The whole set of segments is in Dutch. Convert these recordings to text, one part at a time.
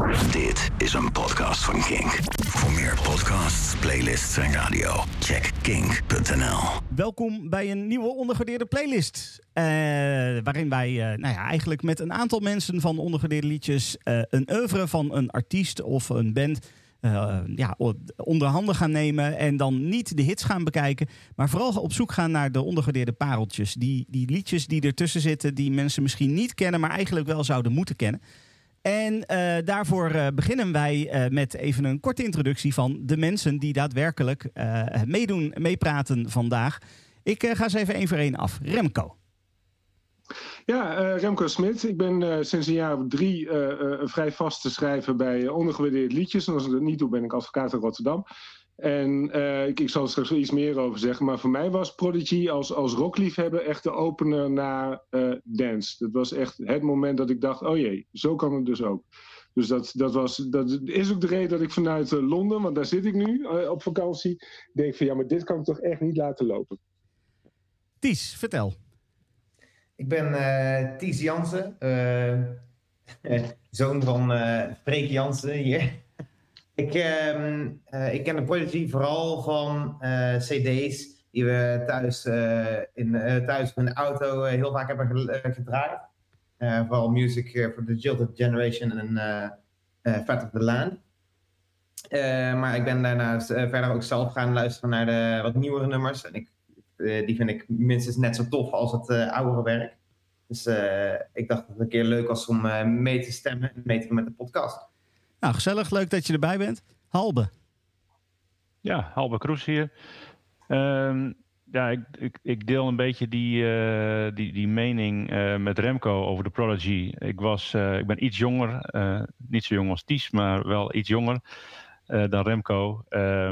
Dit is een podcast van Kink. Voor meer podcasts, playlists en radio, check kink.nl. Welkom bij een nieuwe ondergewaardeerde playlist. Waarin wij eigenlijk met een aantal mensen van ondergewaardeerde liedjes een oeuvre van een artiest of een band onder handen gaan nemen. En dan niet de hits gaan bekijken, maar vooral op zoek gaan naar de ondergewaardeerde pareltjes. Die liedjes die ertussen zitten, die mensen misschien niet kennen, maar eigenlijk wel zouden moeten kennen. En daarvoor beginnen wij met even een korte introductie van de mensen die daadwerkelijk meepraten vandaag. Ik ga ze even één voor één af. Remco. Ja, Remco Smit. Ik ben sinds een jaar of 3 een vrij vaste schrijver bij ondergewaardeerd liedjes. En als ik dat niet doe, ben ik advocaat in Rotterdam. En ik zal er straks wel iets meer over zeggen. Maar voor mij was Prodigy als rockliefhebber echt de opener naar dance. Dat was echt het moment dat ik dacht, oh jee, zo kan het dus ook. Dus dat is ook de reden dat ik vanuit Londen, want daar zit ik nu op vakantie, denk van ja, maar dit kan ik toch echt niet laten lopen. Ties, vertel. Ik ben Ties Jansen, zoon van Freek Jansen hier. Ik ken de Prodigy vooral van cd's die we thuis in de auto heel vaak hebben gedraaid. Vooral Music for the Jilted Generation en Fat of the Land. Maar ik ben daarna verder ook zelf gaan luisteren naar de wat nieuwere nummers. En die vind ik minstens net zo tof als het oudere werk. Dus ik dacht dat het een keer leuk was om mee te stemmen en mee te doen met de podcast. Nou, gezellig. Leuk dat je erbij bent. Halbe. Ja, Halbe Kroes hier. Ik deel een beetje die mening met Remco over de Prodigy. Ik ben iets jonger, niet zo jong als Ties, maar wel iets jonger dan Remco.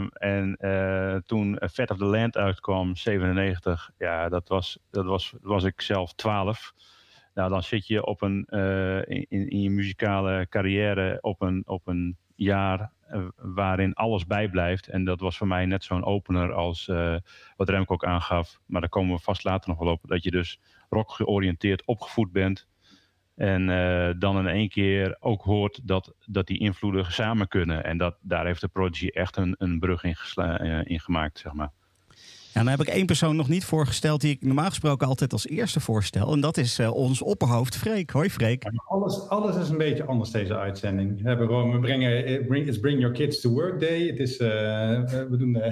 Toen Fat of the Land uitkwam, 97, ja, dat was ik zelf 12. Nou, dan zit je op in je muzikale carrière op een jaar waarin alles bijblijft. En dat was voor mij net zo'n opener als wat Remco ook aangaf. Maar daar komen we vast later nog wel op. Dat je dus rock georiënteerd opgevoed bent. En dan in één keer ook hoort dat die invloeden samen kunnen. En daar heeft de Prodigy echt een brug in gemaakt, zeg maar. Ja, dan heb ik één persoon nog niet voorgesteld die ik normaal gesproken altijd als eerste voorstel. En dat is ons opperhoofd Freek. Hoi Freek. Ja, alles is een beetje anders deze uitzending. We brengen Bring Your Kids to Work Day. Het is, we doen...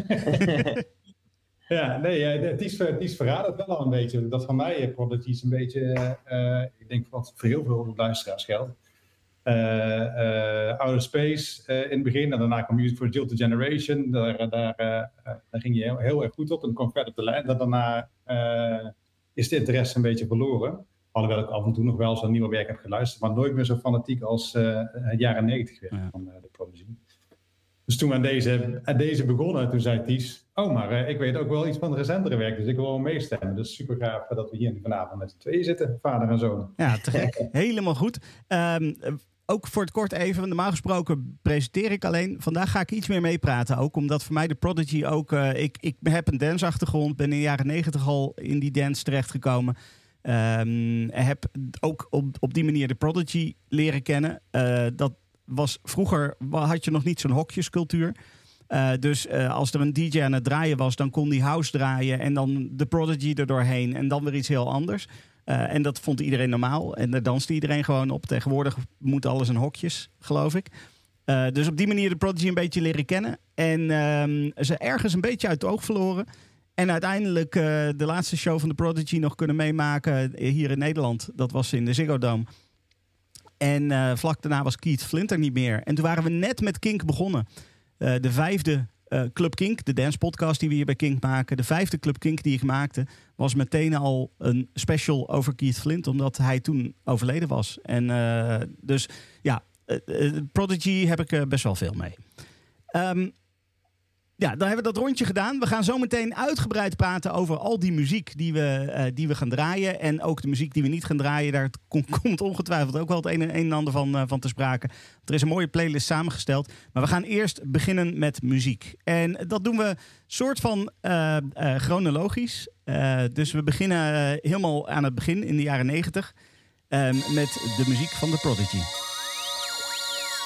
Ties verraadt het wel al een beetje. Dat van mij Prodigy is een beetje... ik denk wat voor heel veel luisteraars geldt. Outer Space in het begin en daarna kwam Music for the Jilted Generation. Daar ging je heel erg goed op en kwam verder op de lijn. Daarna is de interesse een beetje verloren. Alhoewel ik af en toe nog wel zo'n nieuwe werk heb geluisterd, maar nooit meer zo fanatiek als het jaren 90 weer van de Prodigy. Dus toen we aan deze begonnen, toen zei Ties, maar ik weet ook wel iets van de recentere werk, dus ik wil wel meestemmen. Dus super gaaf dat we hier vanavond met z'n tweeën zitten, vader en zoon. Ja, te gek. Helemaal goed. Ook voor het kort even, normaal gesproken presenteer ik alleen. Vandaag ga ik iets meer meepraten ook, omdat voor mij de Prodigy ook... Ik heb een danceachtergrond, ben in de jaren 90 al in die dance terechtgekomen. Heb ook op die manier de Prodigy leren kennen. Vroeger had je nog niet zo'n hokjescultuur. Dus als er een DJ aan het draaien was, dan kon die house draaien en dan de Prodigy er doorheen en dan weer iets heel anders. En dat vond iedereen normaal. En daar danste iedereen gewoon op. Tegenwoordig moet alles in hokjes, geloof ik. Dus op die manier de Prodigy een beetje leren kennen. En ze ergens een beetje uit het oog verloren. En uiteindelijk de laatste show van de Prodigy nog kunnen meemaken hier in Nederland. Dat was in de Ziggo Dome. En vlak daarna was Keith Flint er niet meer. En toen waren we net met Kink begonnen. De 5e Club Kink, de dance podcast die we hier bij Kink maken. De 5e Club Kink die ik maakte, was meteen al een special over Keith Flint, omdat hij toen overleden was. En dus ja, Prodigy heb ik best wel veel mee. Ja, dan hebben we dat rondje gedaan. We gaan zo meteen uitgebreid praten over al die muziek die we gaan draaien. En ook de muziek die we niet gaan draaien. Daar komt ongetwijfeld ook wel het een en ander van te sprake. Er is een mooie playlist samengesteld. Maar we gaan eerst beginnen met muziek. En dat doen we soort van chronologisch. Dus we beginnen helemaal aan het begin in de jaren 90. Met de muziek van de Prodigy.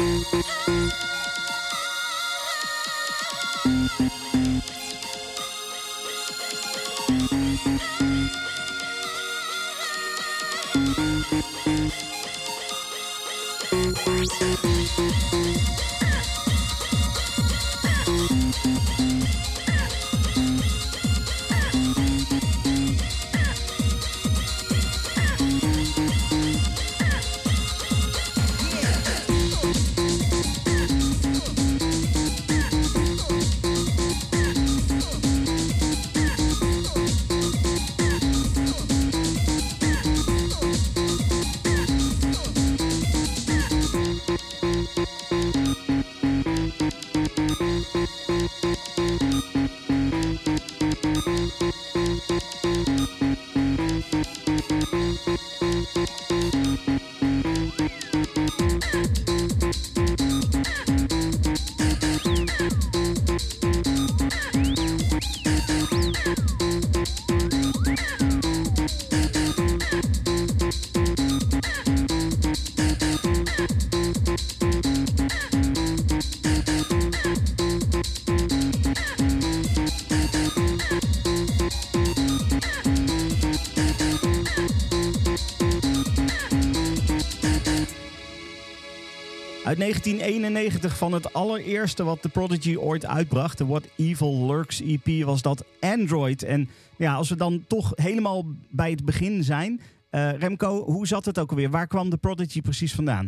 Uit 1991 van het allereerste wat The Prodigy ooit uitbracht, de What Evil Lurks EP, was dat Android. En ja, als we dan toch helemaal bij het begin zijn. Remco, hoe zat het ook alweer? Waar kwam The Prodigy precies vandaan?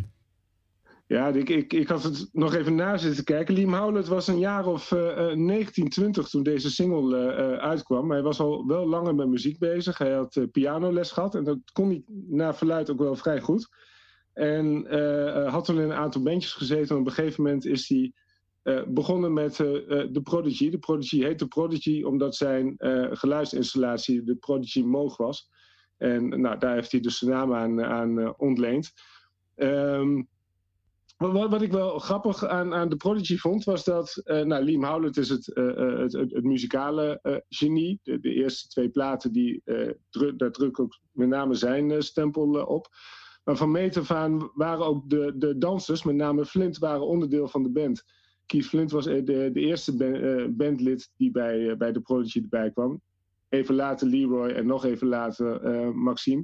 Ja, ik had het nog even na zitten kijken. Liam Howlett was een jaar of 19, 20 toen deze single uitkwam. Maar hij was al wel langer met muziek bezig. Hij had pianoles gehad en dat kon hij naar verluidt ook wel vrij goed. En had toen in een aantal bandjes gezeten. En op een gegeven moment is hij begonnen met The Prodigy. The Prodigy heet The Prodigy omdat zijn geluidsinstallatie de Prodigy Moog was. En nou, daar heeft hij dus de naam aan ontleend. Wat ik wel grappig aan The Prodigy vond, was dat Liam Howlett is het muzikale genie. De eerste 2 platen, daar druk ook met name zijn stempel op. Maar van meet af aan waren ook de dansers, met name Flint, waren onderdeel van de band. Keith Flint was de eerste bandlid die bij The Prodigy erbij kwam. Even later Leroy en nog even later Maxime.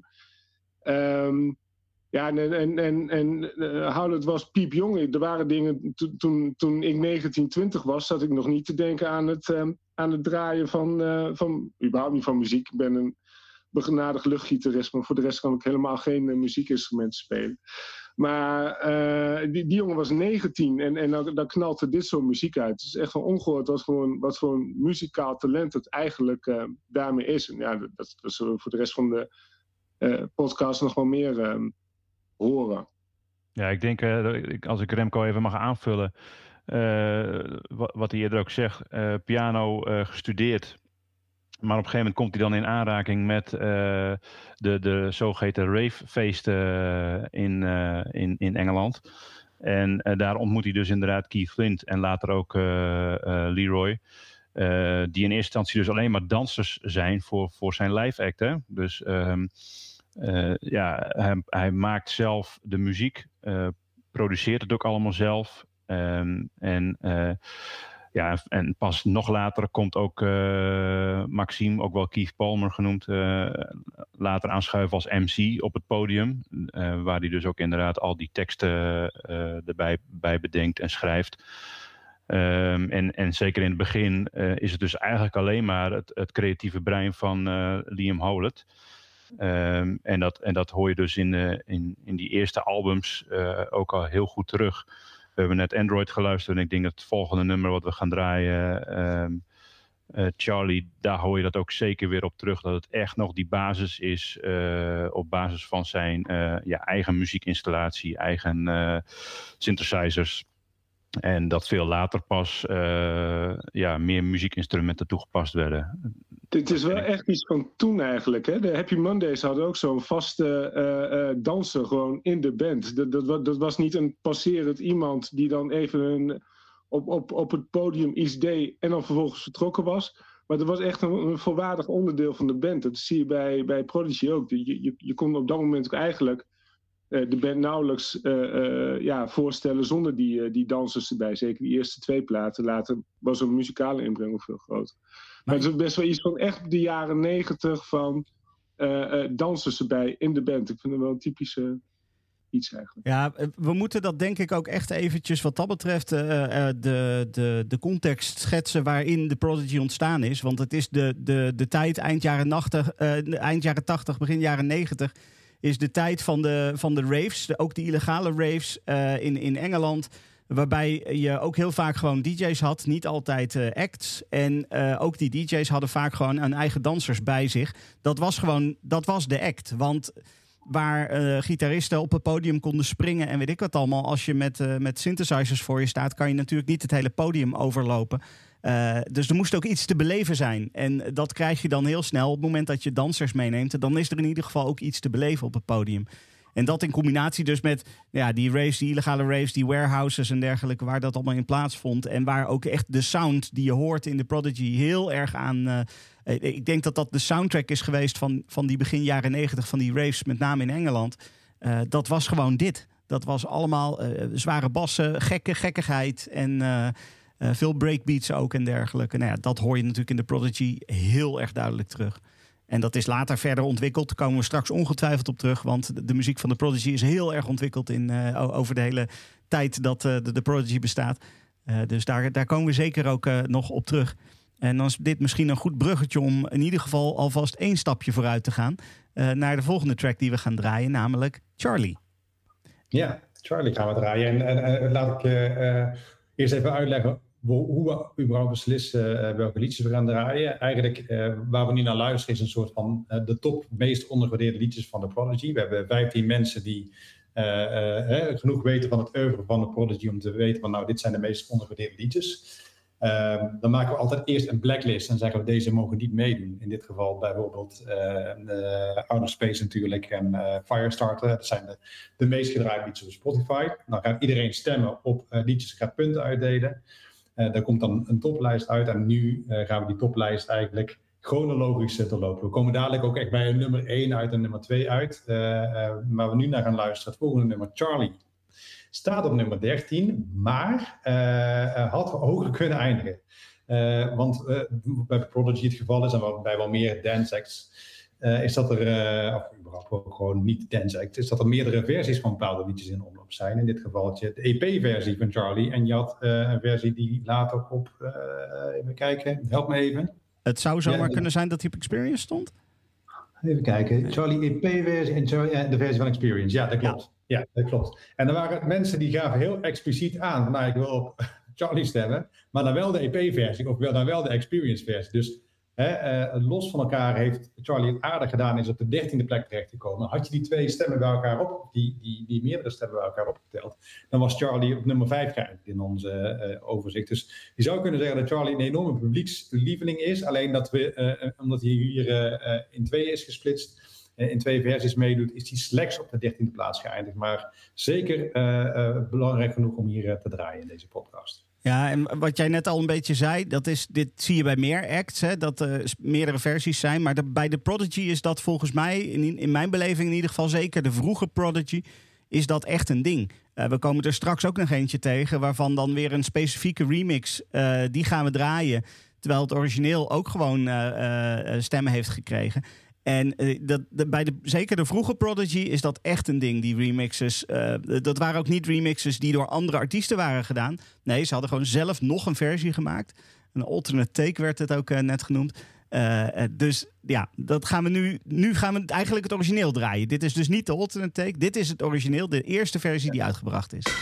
Howlett was piepjong. Er waren dingen, toen ik 19, 20 was, zat ik nog niet te denken aan het draaien van überhaupt niet van muziek. Ik ben een begenadigd luchtgitarist, maar voor de rest kan ik helemaal geen muziekinstrumenten spelen. Maar die jongen was 19 en dan knalt er dit soort muziek uit. Het is echt wel ongehoord wat voor een muzikaal talent het eigenlijk daarmee is. En ja, dat zullen we voor de rest van de podcast nog wel meer horen. Ja, ik denk, als ik Remco even mag aanvullen, wat hij eerder ook zegt, piano gestudeerd. Maar op een gegeven moment komt hij dan in aanraking met de zogeheten ravefeesten in Engeland. En daar ontmoet hij dus inderdaad Keith Flint en later ook Leroy. Die in eerste instantie dus alleen maar dansers zijn voor zijn live act. Hè? Dus hij maakt zelf de muziek, produceert het ook allemaal zelf. En pas nog later komt ook Maxime, ook wel Keith Palmer genoemd, later aanschuiven als MC op het podium. Waar hij dus ook inderdaad al die teksten erbij bedenkt en schrijft. En zeker in het begin is het dus eigenlijk alleen maar het creatieve brein van Liam Howlett. En dat hoor je dus in die eerste albums ook al heel goed terug. We hebben net Android geluisterd en ik denk dat het volgende nummer wat we gaan draaien, Charlie, daar hoor je dat ook zeker weer op terug. Dat het echt nog die basis is op basis van zijn eigen muziekinstallatie, eigen synthesizers. En dat veel later pas meer muziekinstrumenten toegepast werden. Dit is wel echt iets van toen eigenlijk. Hè? De Happy Mondays hadden ook zo'n vaste danser gewoon in de band. Dat was niet een passerend iemand die dan even op het podium iets deed en dan vervolgens vertrokken was. Maar dat was echt een volwaardig onderdeel van de band. Dat zie je bij Prodigy ook. Je kon op dat moment ook eigenlijk de band nauwelijks voorstellen zonder die dansers erbij. Zeker die eerste 2 platen. Later was een muzikale inbreng nog veel groter. Maar het is best wel iets van echt de jaren 90 van dansers erbij in de band. Ik vind het wel een typische iets eigenlijk. Ja, we moeten dat denk ik ook echt eventjes wat dat betreft de context schetsen waarin de Prodigy ontstaan is. Want het is de tijd eind jaren 80, begin jaren 90 is de tijd van de raves. Ook de illegale raves in Engeland. Waarbij je ook heel vaak gewoon DJ's had, niet altijd acts. En ook die DJ's hadden vaak gewoon hun eigen dansers bij zich. Dat was de act. Want waar gitaristen op het podium konden springen en weet ik wat allemaal. Als je met synthesizers voor je staat, kan je natuurlijk niet het hele podium overlopen. Dus er moest ook iets te beleven zijn. En dat krijg je dan heel snel op het moment dat je dansers meeneemt. Dan is er in ieder geval ook iets te beleven op het podium. En dat in combinatie dus met die raves, die illegale raves, die warehouses en dergelijke, waar dat allemaal in plaatsvond. En waar ook echt de sound die je hoort in de Prodigy heel erg aan... ik denk dat de soundtrack is geweest van die begin jaren 90 van die raves, met name in Engeland. Dat was gewoon dit. Dat was allemaal zware bassen, gekkigheid en veel breakbeats ook en dergelijke. Nou ja, dat hoor je natuurlijk in de Prodigy heel erg duidelijk terug. En dat is later verder ontwikkeld. Daar komen we straks ongetwijfeld op terug. Want de muziek van de Prodigy is heel erg ontwikkeld over de hele tijd dat de Prodigy bestaat. Dus daar komen we zeker ook nog op terug. En dan is dit misschien een goed bruggetje om in ieder geval alvast 1 stapje vooruit te gaan. Naar de volgende track die we gaan draaien, namelijk Charlie. Ja, Charlie gaan we draaien. En laat ik eerst even uitleggen hoe we überhaupt beslissen welke liedjes we gaan draaien. Eigenlijk waar we nu naar luisteren is een soort van de top meest ondergewaardeerde liedjes van de Prodigy. We hebben 15 mensen die genoeg weten van het oeuvre van de Prodigy om te weten van nou, dit zijn de meest ondergewaardeerde liedjes. Dan maken we altijd eerst een blacklist en zeggen we deze mogen niet meedoen. In dit geval bijvoorbeeld Outer Space natuurlijk en Firestarter. Dat zijn de meest gedraaide liedjes op Spotify. Dan gaat iedereen stemmen op liedjes, gaat punten uitdelen. Daar komt dan een toplijst uit en nu gaan we die toplijst eigenlijk chronologisch doorlopen. We komen dadelijk ook echt bij een nummer 1 uit en nummer 2 uit. Maar we nu naar gaan luisteren. Het volgende nummer, Charlie, staat op nummer 13, maar had hoger kunnen eindigen. Want bij Prodigy het geval is, en bij wel meer dance acts, is dat er, of überhaupt ook gewoon niet dance act, is dat er meerdere versies van bepaalde liedjes in omloop zijn. In dit geval de EP-versie van Charlie. En je had een versie die later op, even kijken, help me even. Het zou zomaar kunnen zijn dat hij op Experience stond? Even kijken, Charlie EP-versie en de versie van Experience. Ja, dat klopt. Ja, dat klopt. En er waren mensen die gaven heel expliciet aan, nou, ik wil op Charlie stemmen, maar dan wel de EP-versie of dan wel de Experience-versie. Dus los van elkaar heeft Charlie het aardig gedaan, is op de 13e plek terechtgekomen. Had je die 2 stemmen bij elkaar op, die meerdere stemmen bij elkaar opgeteld, dan was Charlie op nummer 5 geëindigd in onze overzicht. Dus je zou kunnen zeggen dat Charlie een enorme publiekslieveling is, alleen dat we, omdat hij hier in 2 is gesplitst, in 2 versies meedoet, is hij slechts op de 13e plaats geëindigd. Maar zeker belangrijk genoeg om hier te draaien in deze podcast. Ja, en wat jij net al een beetje zei, dit zie je bij meer acts, hè, dat er meerdere versies zijn. Maar bij de Prodigy is dat volgens mij, in mijn beleving in ieder geval zeker, de vroege Prodigy, is dat echt een ding. We komen er straks ook nog eentje tegen, waarvan dan weer een specifieke remix, die gaan we draaien. Terwijl het origineel ook gewoon stemmen heeft gekregen. En zeker de vroege Prodigy is dat echt een ding, die remixes. Dat waren ook niet remixes die door andere artiesten waren gedaan. Nee, ze hadden gewoon zelf nog een versie gemaakt. Een alternate take werd het ook net genoemd. Dus ja, dat gaan we nu gaan we eigenlijk het origineel draaien. Dit is dus niet de alternate take. Dit is het origineel, de eerste versie die uitgebracht is.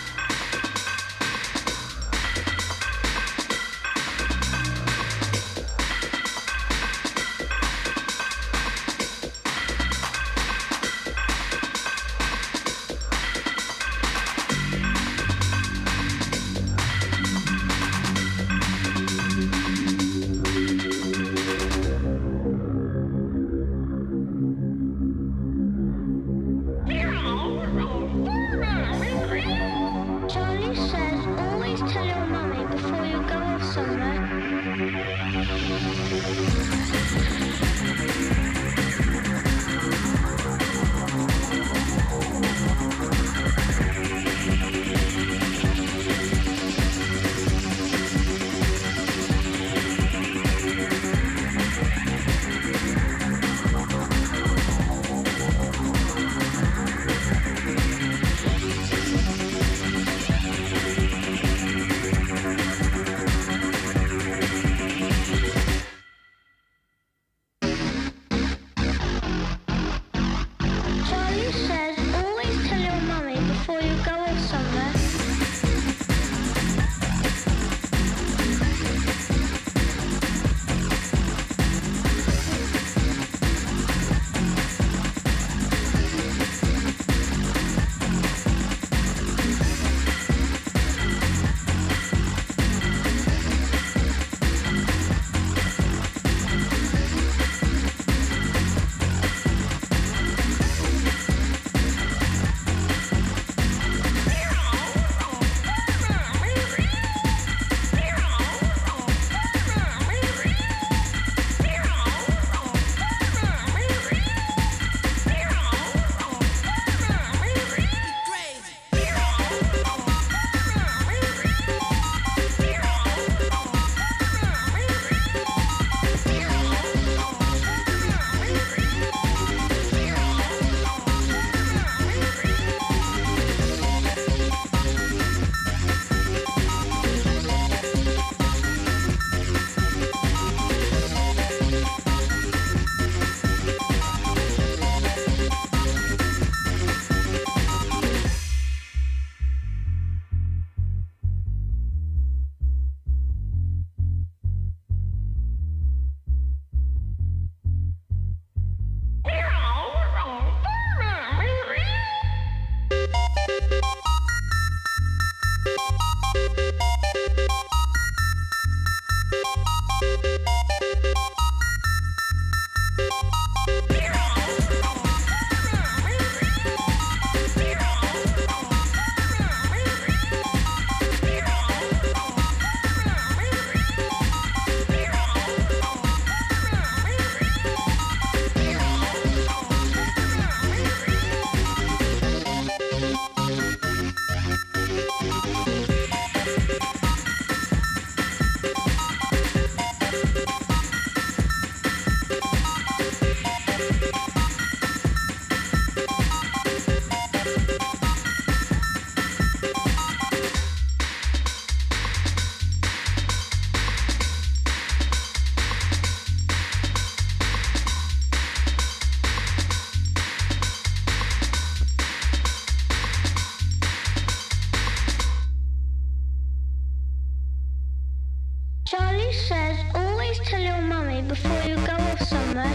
Charlie says always tell your mummy before you go off somewhere.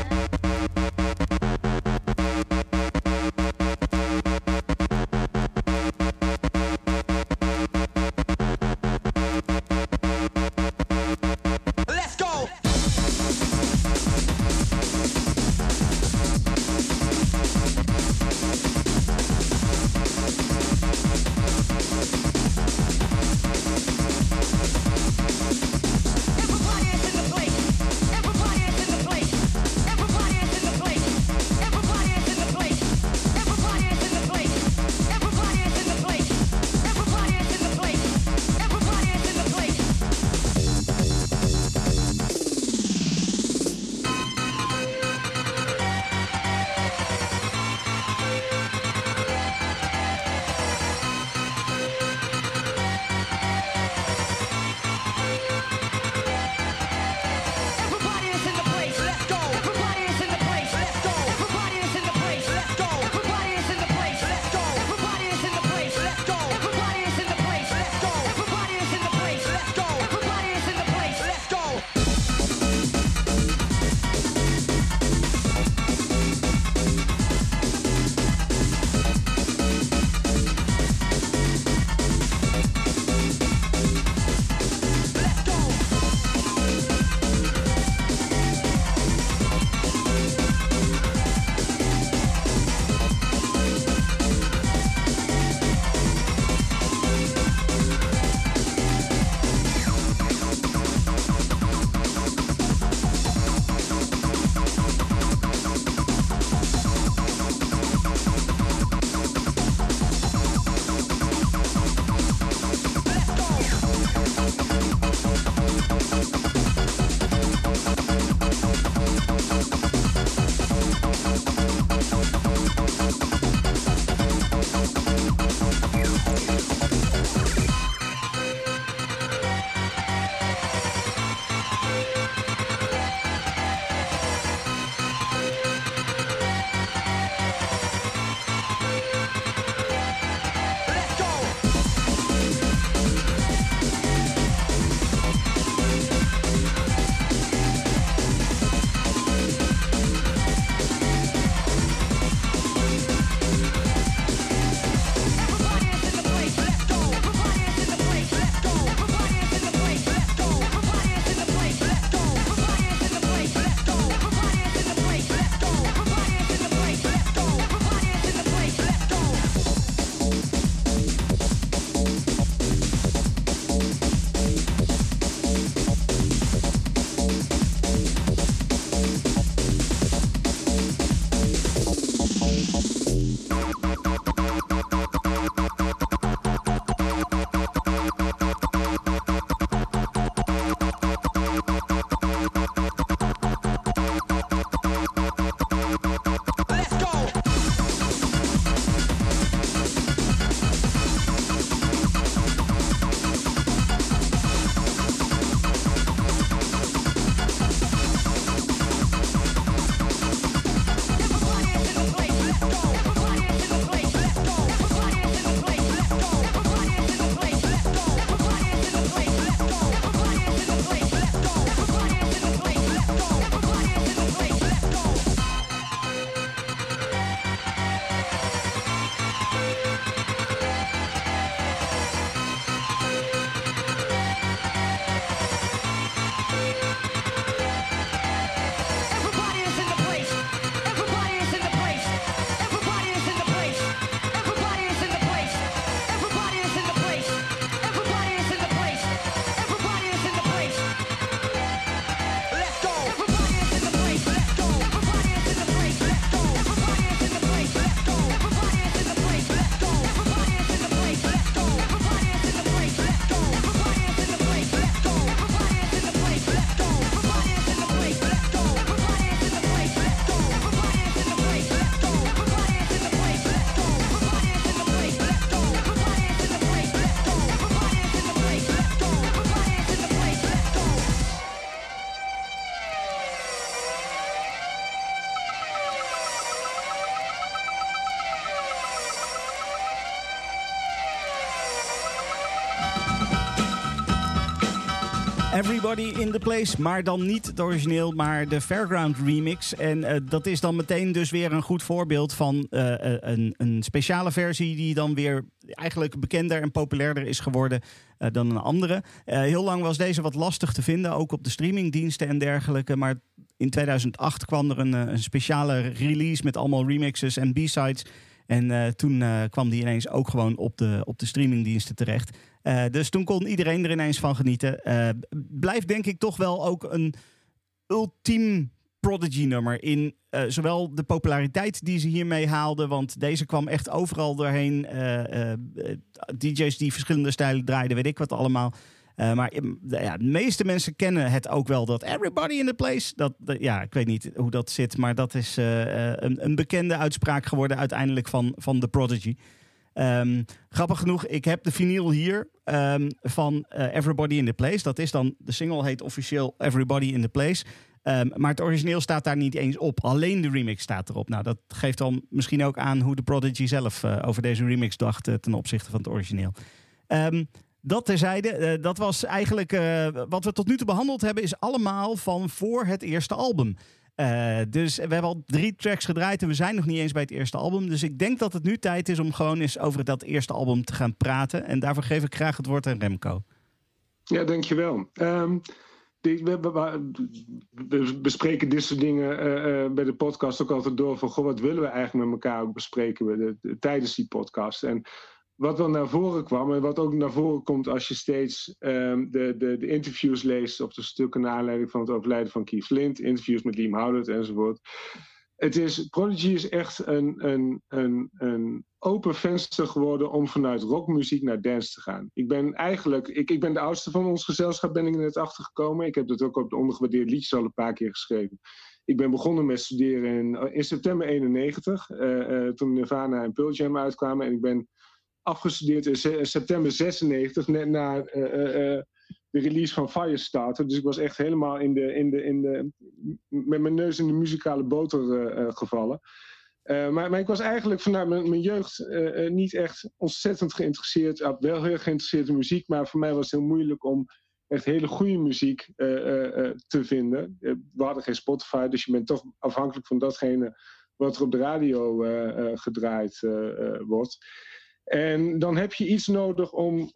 Everybody is in the place. Everybody is in the Everybody in the Place, maar dan niet het origineel, maar de Fairground remix. En dat is dan meteen dus weer een goed voorbeeld van een speciale versie die dan weer eigenlijk bekender en populairder is geworden dan een andere. Heel lang was deze wat lastig te vinden, ook op de streamingdiensten en dergelijke. Maar in 2008 kwam er een speciale release met allemaal remixes en b-sides. En toen kwam die ineens ook gewoon op de streamingdiensten terecht. Dus toen kon iedereen er ineens van genieten. Blijft denk ik toch wel ook een ultiem Prodigy-nummer in zowel de populariteit die ze hiermee haalden, want deze kwam echt overal doorheen. DJ's die verschillende stijlen draaiden, weet ik wat allemaal. Maar de meeste mensen kennen het ook wel, dat Everybody in the Place. Ik weet niet hoe dat zit, maar dat is een bekende uitspraak geworden uiteindelijk van The Prodigy. Grappig genoeg, ik heb de vinyl hier van Everybody in the Place. Dat is dan, de single heet officieel Everybody in the Place. Maar het origineel staat daar niet eens op. Alleen de remix staat erop. Nou, dat geeft dan misschien ook aan hoe de Prodigy zelf over deze remix dacht ten opzichte van het origineel. Dat terzijde, dat was eigenlijk wat we tot nu toe behandeld hebben, is allemaal van voor het eerste album. Dus we hebben al 3 tracks gedraaid en we zijn nog niet eens bij het eerste album. Dus ik denk dat het nu tijd is om gewoon eens over dat eerste album te gaan praten. En daarvoor geef ik graag het woord aan Remco. Ja, dankjewel. We bespreken dit soort dingen bij de podcast ook altijd door van, wat willen we eigenlijk met elkaar ook bespreken tijdens die podcast. En wat wel naar voren kwam en wat ook naar voren komt als je steeds de interviews leest op de stukken naar aanleiding van het overlijden van Keith Flint, interviews met Liam Howlett enzovoort. Prodigy is echt een open venster geworden om vanuit rockmuziek naar dance te gaan. Ik ben de oudste van ons gezelschap, ben ik er net achtergekomen. Ik heb dat ook op de ondergewaardeerde liedjes al een paar keer geschreven. Ik ben begonnen met studeren in september 91, toen Nirvana en Pearl Jam uitkwamen. En ik ben afgestudeerd in september 96, net na de release van Firestarter. Dus ik was echt helemaal met mijn neus in de muzikale boter gevallen. Maar ik was eigenlijk vanuit mijn jeugd niet echt ontzettend geïnteresseerd. Wel heel geïnteresseerd in muziek, maar voor mij was het heel moeilijk om echt hele goede muziek te vinden. We hadden geen Spotify, dus je bent toch afhankelijk van datgene wat er op de radio gedraaid wordt. En dan heb je iets nodig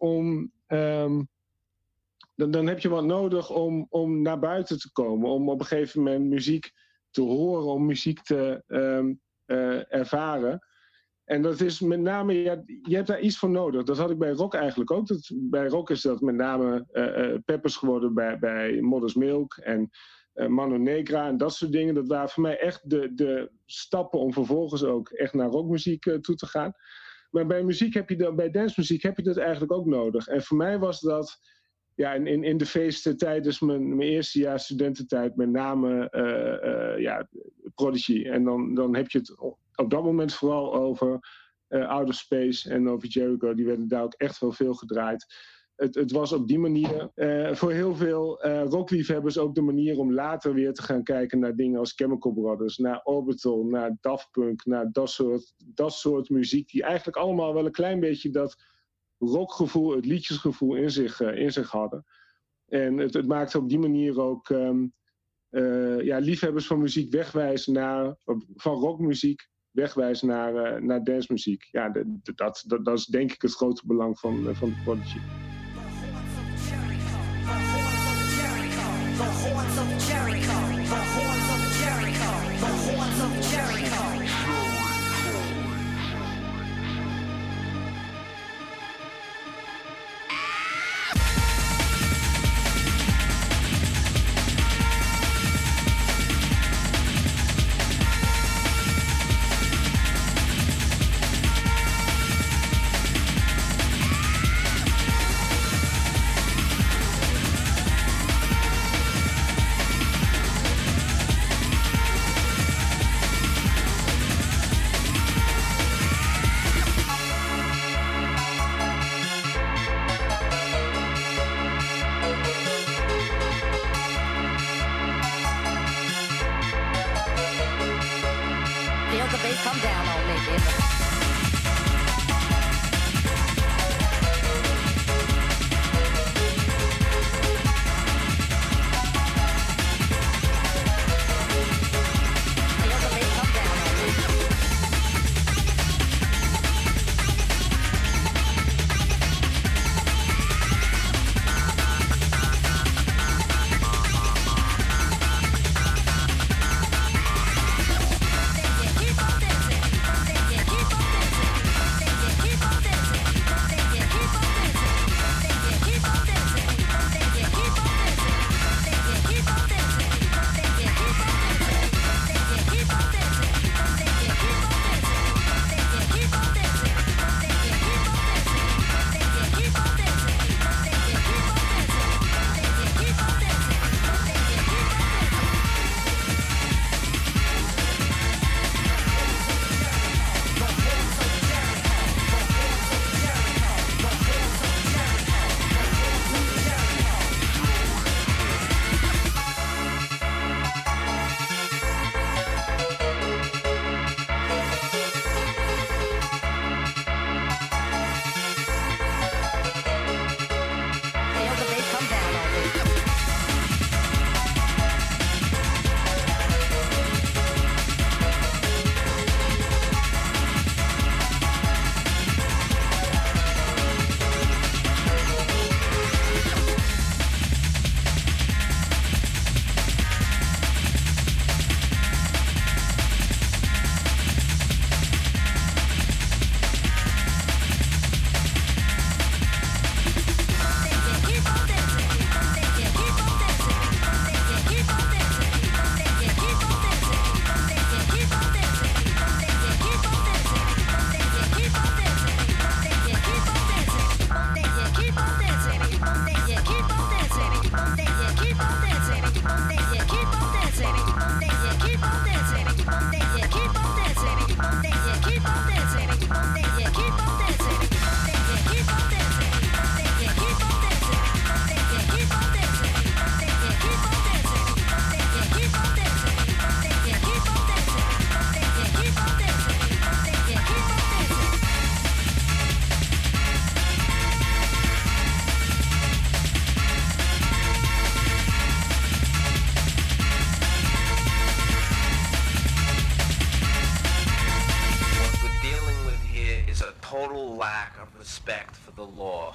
dan heb je wat nodig om naar buiten te komen. Om op een gegeven moment muziek te horen, om muziek te ervaren. En dat is met name, je hebt daar iets voor nodig. Dat had ik bij rock eigenlijk ook. Bij rock is dat met name Peppers geworden bij Mother's Milk en Mano Negra en dat soort dingen. Dat waren voor mij echt de stappen om vervolgens ook echt naar rockmuziek toe te gaan. Maar bij dancemuziek heb je dat eigenlijk ook nodig. En voor mij was dat in de feesten tijdens mijn eerste jaar studententijd met name Prodigy. En dan heb je het op dat moment vooral over Out of Space en over Jericho. Die werden daar ook echt wel veel gedraaid. Het was op die manier voor heel veel rockliefhebbers ook de manier om later weer te gaan kijken naar dingen als Chemical Brothers, naar Orbital, naar Daft Punk, naar dat soort muziek die eigenlijk allemaal wel een klein beetje dat rockgevoel, het liedjesgevoel in zich hadden. En het maakte op die manier ook liefhebbers van muziek wegwijzen van rockmuziek wegwijzen naar dancemuziek. Ja, dat is denk ik het grote belang van de Prodigy. respect for the law.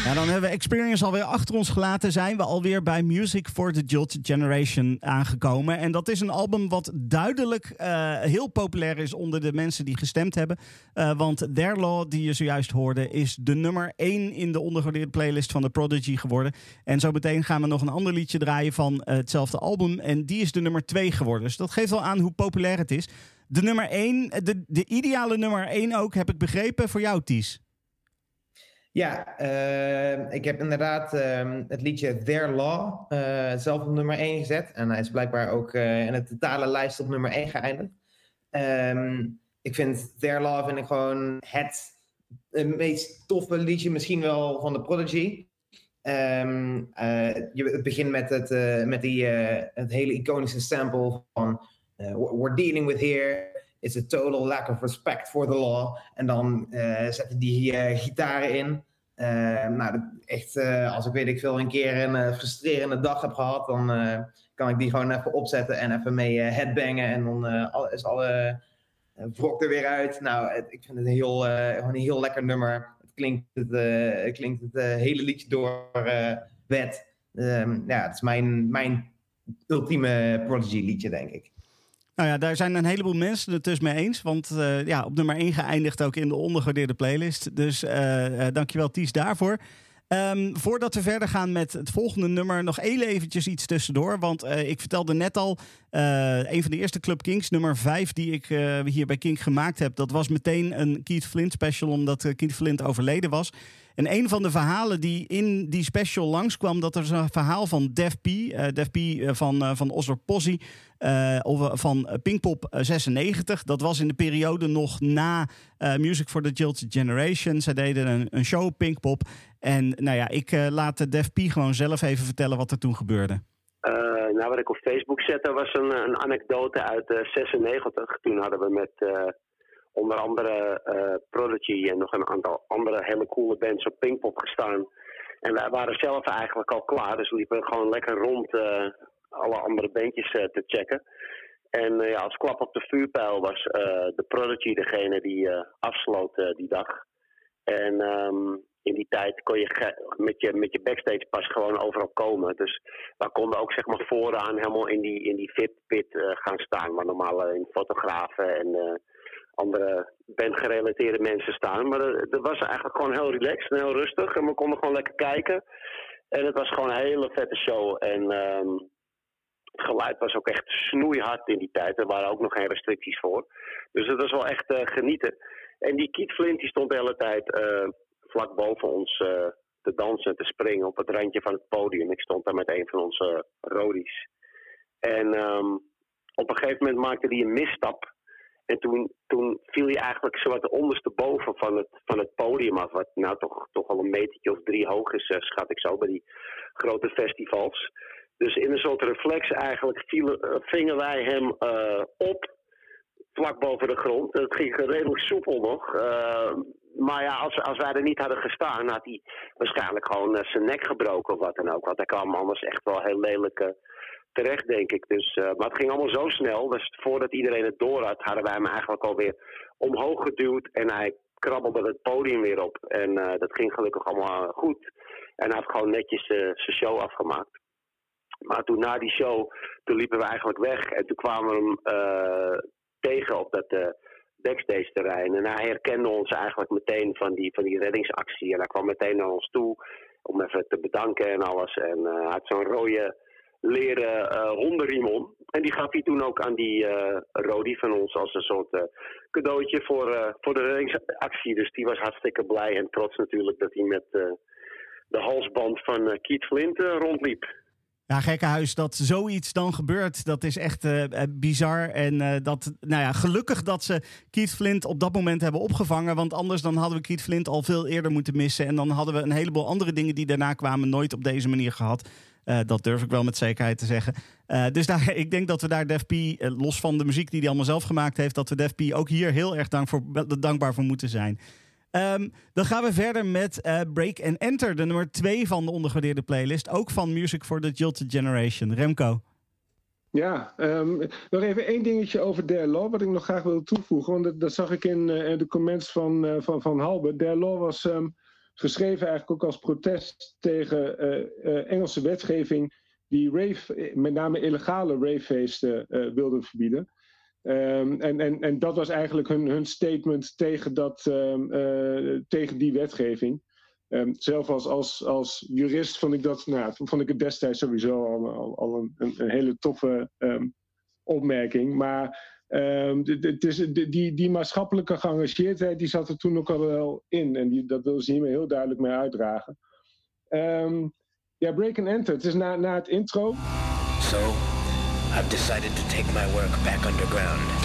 Ja, dan hebben we Experience alweer achter ons gelaten. Zijn we alweer bij Music for the Jilted Generation aangekomen. En dat is een album wat duidelijk heel populair is onder de mensen die gestemd hebben. Want Their Law, die je zojuist hoorde, is de nummer 1 in de ondergewaardeerde playlist van The Prodigy geworden. En zo meteen gaan we nog een ander liedje draaien van hetzelfde album. En die is de nummer 2 geworden. Dus dat geeft wel aan hoe populair het is. De nummer 1, de ideale nummer 1 ook, heb ik begrepen, voor jou, Ties. Ja, ik heb inderdaad het liedje Their Law zelf op nummer 1 gezet. En hij is blijkbaar ook in de totale lijst op nummer 1 geëindigd. Ik vind Their Law gewoon het meest toffe liedje misschien wel van de Prodigy. Het begint met het hele iconische sample van We're dealing with here. It's a total lack of respect for the law. En dan zetten die gitaren in. Echt, als ik weet ik veel een keer een frustrerende dag heb gehad, dan kan ik die gewoon even opzetten en even mee headbangen. En dan is alle wrok er weer uit. Nou, ik vind het gewoon een heel lekker nummer. Het klinkt het hele liedje door wet. Het is mijn ultieme Prodigy liedje, denk ik. Nou ja, daar zijn een heleboel mensen het dus mee eens. Want op nummer 1 geëindigd ook in de ondergewaardeerde playlist. Dus dankjewel Ties daarvoor. Voordat we verder gaan met het volgende nummer, nog eventjes iets tussendoor. Want ik vertelde net al, een van de eerste Club Kinks, nummer 5 die ik hier bij Kink gemaakt heb. Dat was meteen een Keith Flint special, omdat Keith Flint overleden was. En een van de verhalen die in die special langskwam, dat er een verhaal van Def P van Ozzy Posse, van Pinkpop 96. Dat was in de periode nog na Music for the Jilted Generation. Zij deden een show op Pinkpop. En ik laat Def P gewoon zelf even vertellen wat er toen gebeurde. Wat ik op Facebook zette was een anekdote uit 96. Toen hadden we met onder andere Prodigy en nog een aantal andere hele coole bands op Pinkpop gestaan. En wij waren zelf eigenlijk al klaar. Dus we liepen gewoon lekker rond alle andere bandjes te checken. En als klap op de vuurpijl was de Prodigy degene die afsloot die dag. En in die tijd kon je met je backstage pas gewoon overal komen. Dus we konden ook zeg maar vooraan helemaal in die VIP-pit gaan staan. Waar normaal in fotografen en andere bandgerelateerde mensen staan. Maar dat was eigenlijk gewoon heel relaxed en heel rustig. En we konden gewoon lekker kijken. En het was gewoon een hele vette show. En het geluid was ook echt snoeihard in die tijd. Er waren ook nog geen restricties voor. Dus het was wel echt genieten. En die Keith Flint die stond de hele tijd vlak boven ons te dansen, te springen op het randje van het podium. Ik stond daar met een van onze roadies. En op een gegeven moment maakte hij een misstap. En toen viel hij eigenlijk zo wat ondersteboven van het podium af. Wat nou toch al een metertje of 3 hoog is, schat ik zo, bij die grote festivals. Dus in een soort reflex eigenlijk vingen wij hem op, vlak boven de grond. Het ging redelijk soepel nog. Maar ja, als wij er niet hadden gestaan, had hij waarschijnlijk gewoon zijn nek gebroken of wat dan ook. Want hij kwam anders echt wel heel lelijk terecht, denk ik. Dus, maar het ging allemaal zo snel. Dus voordat iedereen het door had, hadden wij hem eigenlijk alweer omhoog geduwd. En hij krabbelde het podium weer op. En dat ging gelukkig allemaal goed. En hij had gewoon netjes zijn show afgemaakt. Maar toen na die show, toen liepen we eigenlijk weg. En toen kwamen we hem tegen op dat backstage terrein. En hij herkende ons eigenlijk meteen van die reddingsactie. En hij kwam meteen naar ons toe om even te bedanken en alles. En hij had zo'n rode leren hondenriem om. En die gaf hij toen ook aan die roadie van ons als een soort cadeautje voor de reddingsactie. Dus die was hartstikke blij en trots natuurlijk dat hij met de halsband van Keith Flint rondliep. Ja, gekkenhuis, dat zoiets dan gebeurt, dat is echt bizar. En gelukkig dat ze Keith Flint op dat moment hebben opgevangen. Want anders dan hadden we Keith Flint al veel eerder moeten missen. En dan hadden we een heleboel andere dingen die daarna kwamen nooit op deze manier gehad. Dat durf ik wel met zekerheid te zeggen. Dus ik denk dat we daar Def P, los van de muziek die hij allemaal zelf gemaakt heeft, dat we Def P ook hier heel erg dankbaar voor moeten zijn. Dan gaan we verder met Break and Enter, de nummer 2 van de ondergewaardeerde playlist. Ook van Music for the Jilted Generation. Remco. Ja, nog even één dingetje over Their Law, wat ik nog graag wil toevoegen. Want dat zag ik in de comments van Halbe. Their Law was geschreven eigenlijk ook als protest tegen Engelse wetgeving die met name illegale ravefeesten wilde verbieden. En dat was eigenlijk hun statement tegen die wetgeving. Zelf als jurist vond ik het destijds sowieso al een hele toffe opmerking. Maar die maatschappelijke geëngageerdheid die zat er toen ook al wel in. En dat wilden ze hiermee heel duidelijk mee uitdragen. Break and Enter. Het is na het intro. So, I've decided to take my work back underground.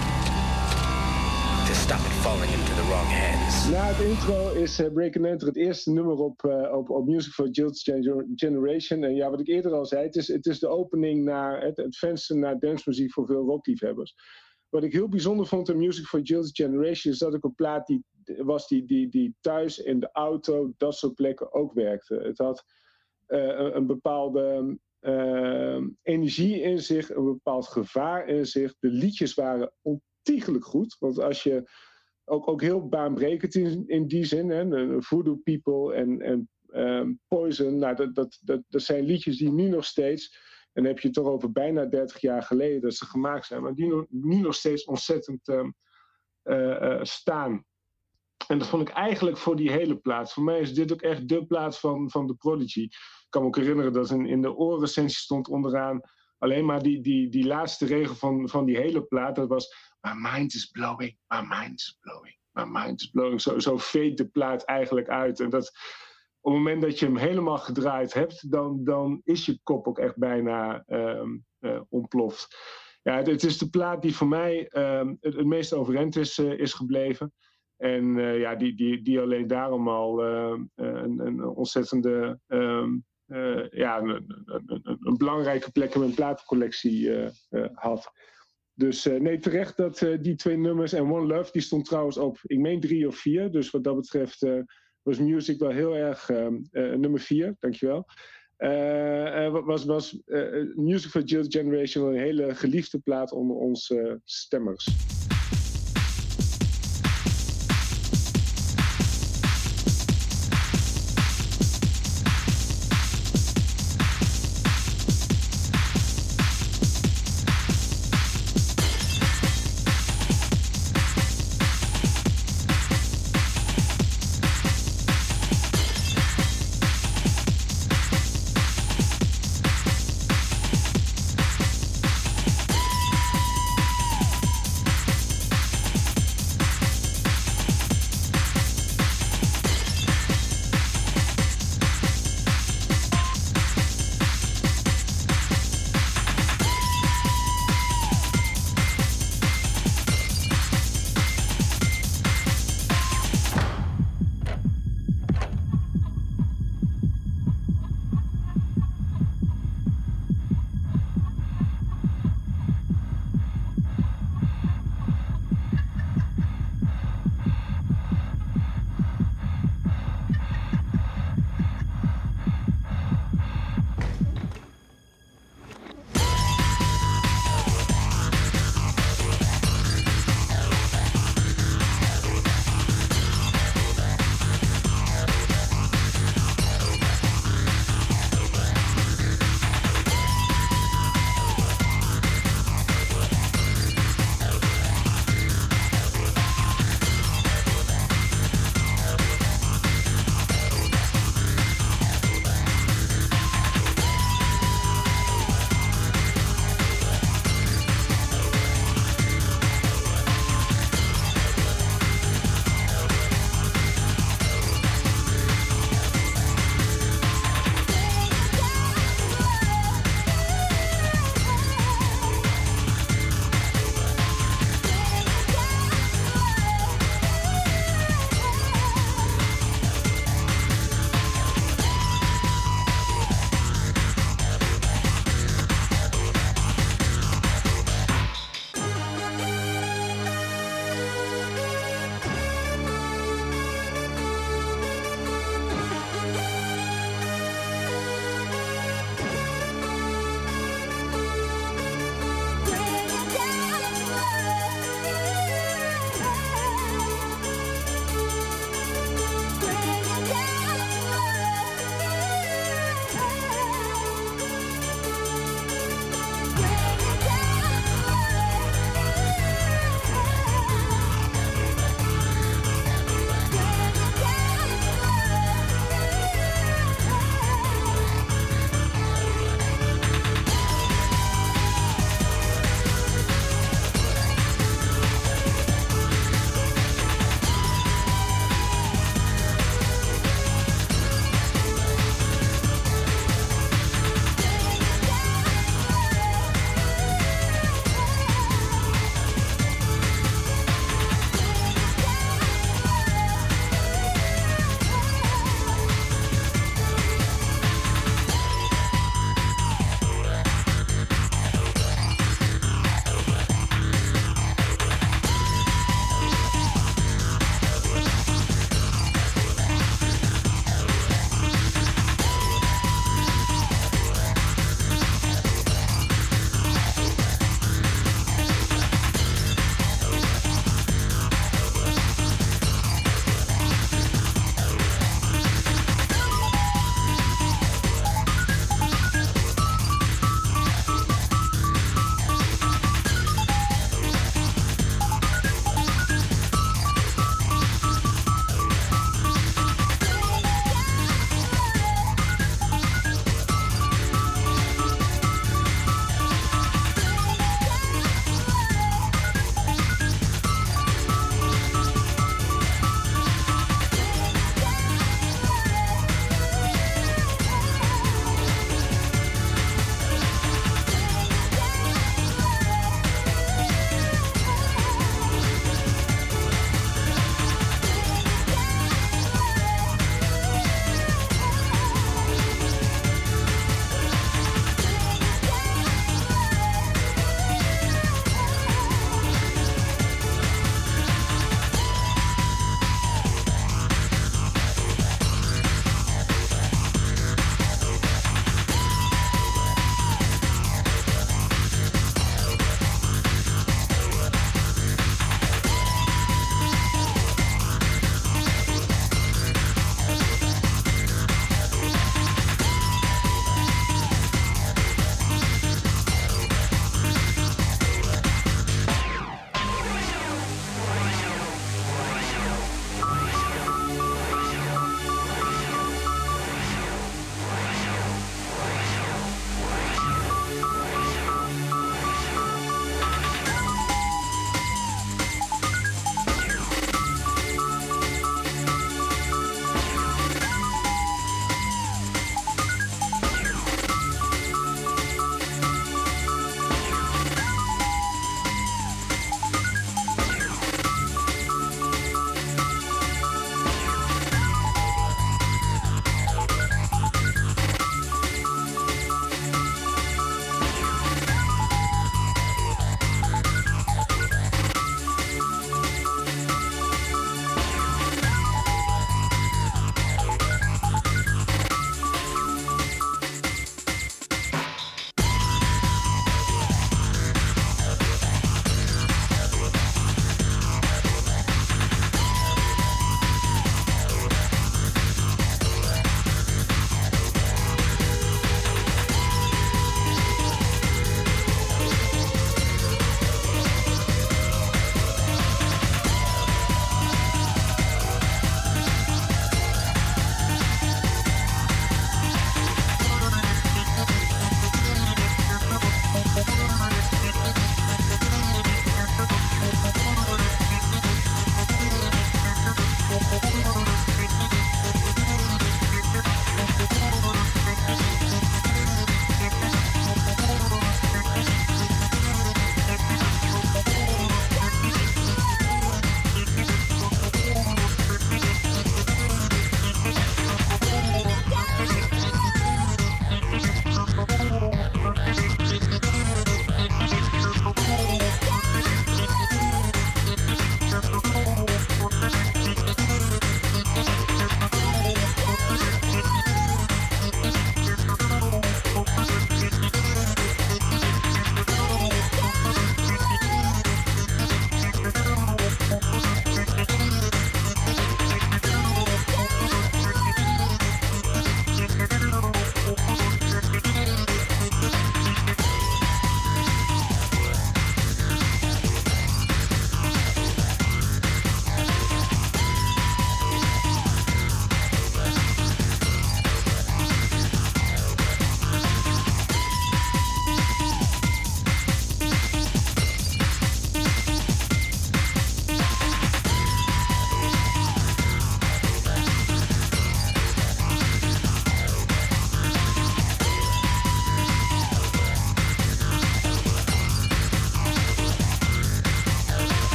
To stop it falling into the wrong hands. Na het intro is Break and Enter het eerste nummer op Music for Jilted Generation. En wat ik eerder al zei, het is de opening naar het venster naar dancemuziek voor veel rockliefhebbers. Wat ik heel bijzonder vond aan Music for Jilted Generation is dat ik een plaat die thuis in de auto, dat soort plekken ook werkte. Het had een bepaalde energie in zich, een bepaald gevaar in zich. De liedjes waren ontiegelijk goed, want als je ook heel baanbrekend in die zin, hè, Voodoo People en Poison, dat zijn liedjes die nu nog steeds, en dan heb je het toch over bijna 30 jaar geleden dat ze gemaakt zijn, maar die nu nog steeds ontzettend staan. En dat vond ik eigenlijk voor die hele plaat. Voor mij is dit ook echt de plaat van The Prodigy. Ik kan me ook herinneren dat in de oorrecensie stond onderaan alleen maar die laatste regel van die hele plaat. Dat was: My mind is blowing, my mind is blowing, my mind is blowing. Zo veet de plaat eigenlijk uit. En dat, op het moment dat je hem helemaal gedraaid hebt, dan is je kop ook echt bijna ontploft. Ja, het is de plaat die voor mij het meest overeind is gebleven. En die alleen daarom al een ontzettende, een belangrijke plek in mijn platencollectie had. Dus terecht dat die 2 nummers. En One Love, die stond trouwens op, ik meen 3 of 4. Dus wat dat betreft was Music wel heel erg nummer 4, dankjewel. Was Music for Jilted Generation wel een hele geliefde plaat onder onze stemmers.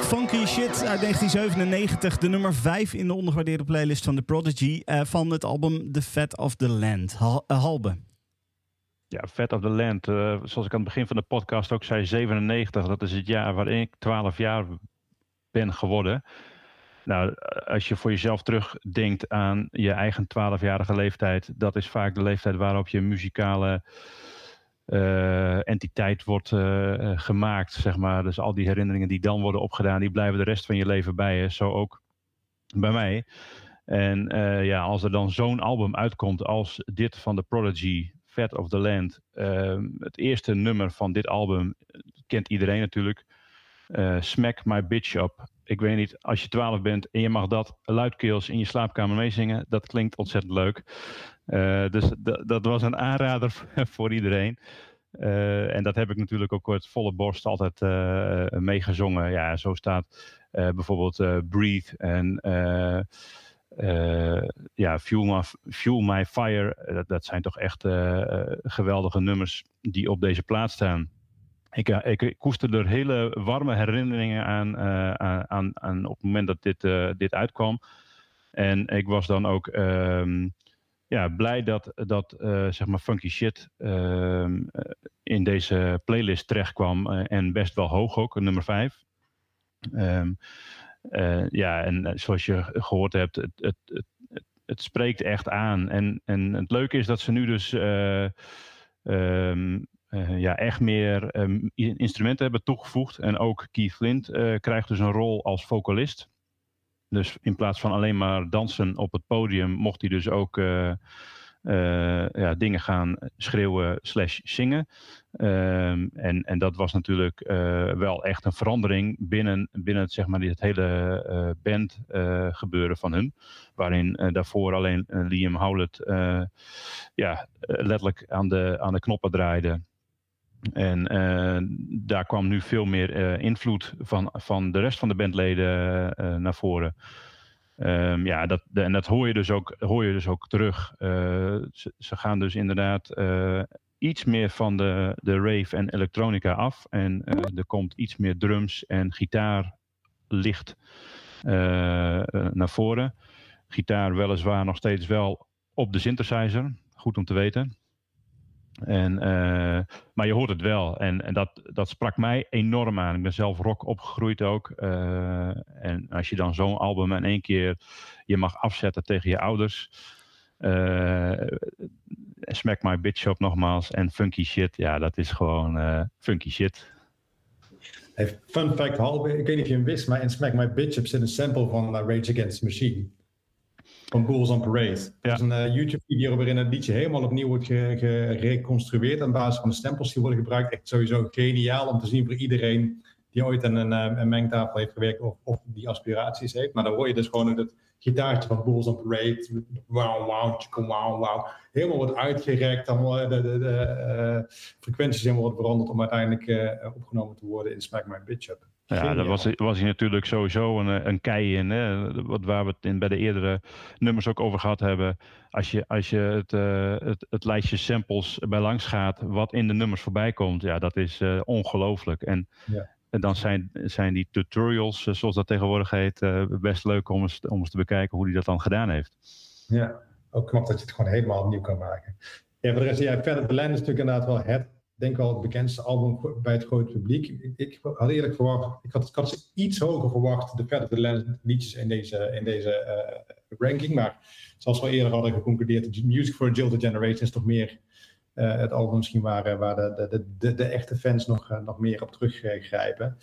Funky Shit uit 1997. De nummer 5 in de ondergewaardeerde playlist van The Prodigy. Van het album The Fat of the Land. Halbe. Ja, Fat of the Land. Zoals ik aan het begin van de podcast ook zei, 97. Dat is het jaar waarin ik 12 jaar ben geworden. Nou, als je voor jezelf terugdenkt aan je eigen 12-jarige leeftijd. Dat is vaak de leeftijd waarop je muzikale entiteit wordt gemaakt, zeg maar. Dus al die herinneringen die dan worden opgedaan, die blijven de rest van je leven bij je. Zo ook bij mij. En als er dan zo'n album uitkomt als dit van The Prodigy, Fat of the Land. Het eerste nummer van dit album kent iedereen natuurlijk. Smack My Bitch Up. Ik weet niet, als je 12 bent en je mag dat luidkeels in je slaapkamer meezingen, dat klinkt ontzettend leuk. Dus dat was een aanrader voor iedereen. En dat heb ik natuurlijk ook met volle borst altijd meegezongen. Ja, zo staat bijvoorbeeld Breathe en Fuel My Fire. Dat zijn toch echt geweldige nummers die op deze plaat staan. Ik koester er hele warme herinneringen aan op het moment dat dit uitkwam. En ik was dan ook blij dat zeg maar Funky Shit in deze playlist terechtkwam. En best wel hoog ook, nummer 5. En zoals je gehoord hebt, het spreekt echt aan. En het leuke is dat ze nu dus echt meer instrumenten hebben toegevoegd. En ook Keith Flint krijgt dus een rol als vocalist. Dus in plaats van alleen maar dansen op het podium, mocht hij dus ook dingen gaan schreeuwen / zingen. En dat was natuurlijk wel echt een verandering binnen het, zeg maar, het hele band gebeuren van hun. Waarin daarvoor alleen Liam Howlett letterlijk aan de knoppen draaide. En daar kwam nu veel meer invloed van de rest van de bandleden naar voren. Dat hoor je dus ook terug. Ze gaan dus inderdaad iets meer van de rave en elektronica af. En er komt iets meer drums en gitaarlicht naar voren. Gitaar weliswaar nog steeds wel op de synthesizer. Goed om te weten. Maar je hoort het wel. En dat sprak mij enorm aan. Ik ben zelf rock opgegroeid ook. En als je dan zo'n album in één keer je mag afzetten tegen je ouders. Smack My Bitch Up nogmaals. En Funky Shit. Ja, dat is gewoon funky shit. Hey, fun fact, Halbe. Ik weet niet of je hem wist, maar in Smack My Bitch Up zit een sample van Rage Against the Machine. Van Bulls on Parade. Dat is een YouTube-video waarin het liedje helemaal opnieuw wordt gereconstrueerd aan basis van de samples die worden gebruikt. Echt sowieso geniaal om te zien voor iedereen die ooit aan een mengtafel heeft gewerkt of die aspiraties heeft. Maar dan hoor je dus gewoon het gitaartje van Bulls on Parade. Wow, wow, chicken, wow, wow. Helemaal wordt uitgerekt. Dan de frequenties helemaal worden veranderd om uiteindelijk opgenomen te worden in Smack My Bitch Up. Ja, daar was hij natuurlijk sowieso een kei in. Hè? Waar we het bij de eerdere nummers ook over gehad hebben. Als je het lijstje samples bij langs gaat, wat in de nummers voorbij komt, ja, dat is ongelooflijk. En dan zijn die tutorials, zoals dat tegenwoordig heet, best leuk om eens te bekijken hoe hij dat dan gedaan heeft. Ja, ook knap dat je het gewoon helemaal opnieuw kan maken. Ja, voor de rest, Fat of the Land is natuurlijk inderdaad wel het bekendste album bij het grote publiek. Ik had eerlijk verwacht, ik had ze iets hoger verwacht, de Fat of the Land liedjes in deze ranking. Maar zoals we al eerder hadden geconcludeerd, Music for a Jilted Generation is toch meer het album misschien waar de echte fans nog meer op teruggrijpen.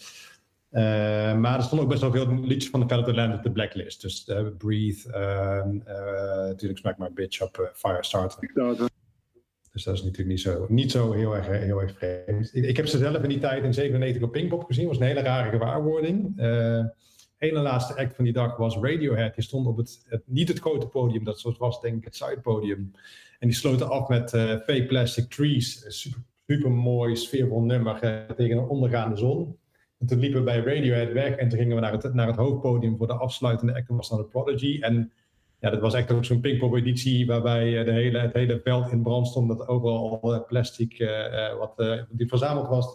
Maar er stonden ook best wel veel liedjes van de Fat of the Land op de blacklist. Dus Breathe, natuurlijk Smack My Bitch Up, Firestarter. Dus dat is natuurlijk niet zo heel erg vreemd. Ik heb ze zelf in die tijd in 97 op Pinkpop gezien. Dat was een hele rare gewaarwording. Ene laatste act van die dag was Radiohead. Die stond op niet het grote podium, dat was denk ik het sidepodium. En die sloten af met Fake Plastic Trees. Super mooi, sfeervol nummer tegen een ondergaande zon. En toen liepen we bij Radiohead weg en toen gingen we naar het hoofdpodium voor de afsluitende act. Dat was dan de Prodigy. En ja, dat was echt ook zo'n Pinkpop-editie waarbij het hele veld in brand stond. Dat overal plastic die verzameld was.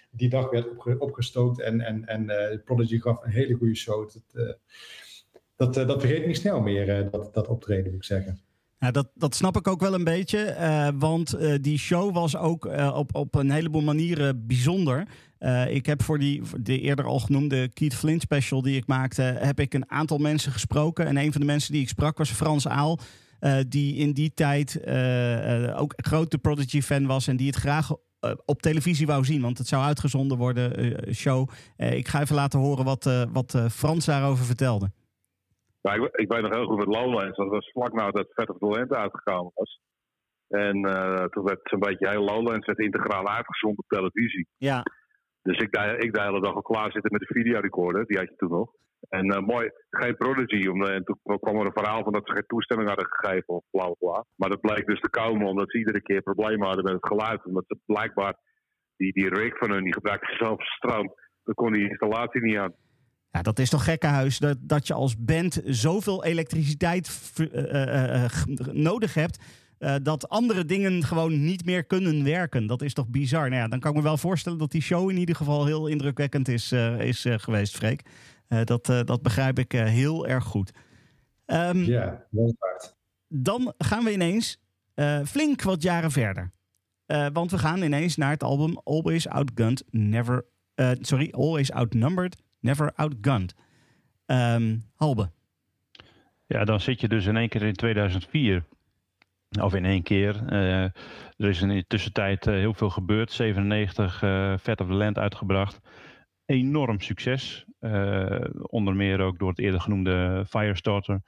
die dag werd opgestookt en Prodigy gaf een hele goede show. Dat vergeet ik niet snel meer, dat optreden, moet ik zeggen. Ja, dat snap ik ook wel een beetje, want die show was ook op een heleboel manieren bijzonder. Ik heb voor de eerder al genoemde Keith Flint special die ik maakte, heb ik een aantal mensen gesproken. En een van de mensen die ik sprak was Frans Aal, die in die tijd ook een grote Prodigy-fan was en die het graag op televisie wou zien, want het zou uitgezonden worden, show. Ik ga even laten horen wat Frans daarover vertelde. Nou, ik weet nog heel goed met Lowlands. Dat was vlak nadat Fat of the Land uitgekomen was. En toen werd zo'n beetje heel Lowlands integraal uitgezonden op televisie. Ja. Dus ik deed de hele dag al klaar zitten met de videorecorder. Die had je toen nog. En mooi, geen Prodigy. En toen kwam er een verhaal van dat ze geen toestemming hadden gegeven of bla bla bla. Maar dat bleek dus te komen omdat ze iedere keer problemen hadden met het geluid. Omdat ze blijkbaar die rig van hun, die gebruikte zelf stroom. Dan kon die installatie niet aan. Ja, dat is toch gekkenhuis dat je als band zoveel elektriciteit nodig hebt, dat andere dingen gewoon niet meer kunnen werken. Dat is toch bizar? Nou ja, dan kan ik me wel voorstellen dat die show in ieder geval heel indrukwekkend is geweest, Freek. Dat begrijp ik heel erg goed. Ja, wel waard. Dan gaan we ineens flink wat jaren verder. Want we gaan ineens naar het album Always Outnumbered, Never Outgunned. Halbe. Ja, dan zit je dus in één keer in 2004. Of in één keer. Er is in de tussentijd heel veel gebeurd. 97 Fat of the Land uitgebracht. Enorm succes. Onder meer ook door het eerder genoemde Firestarter.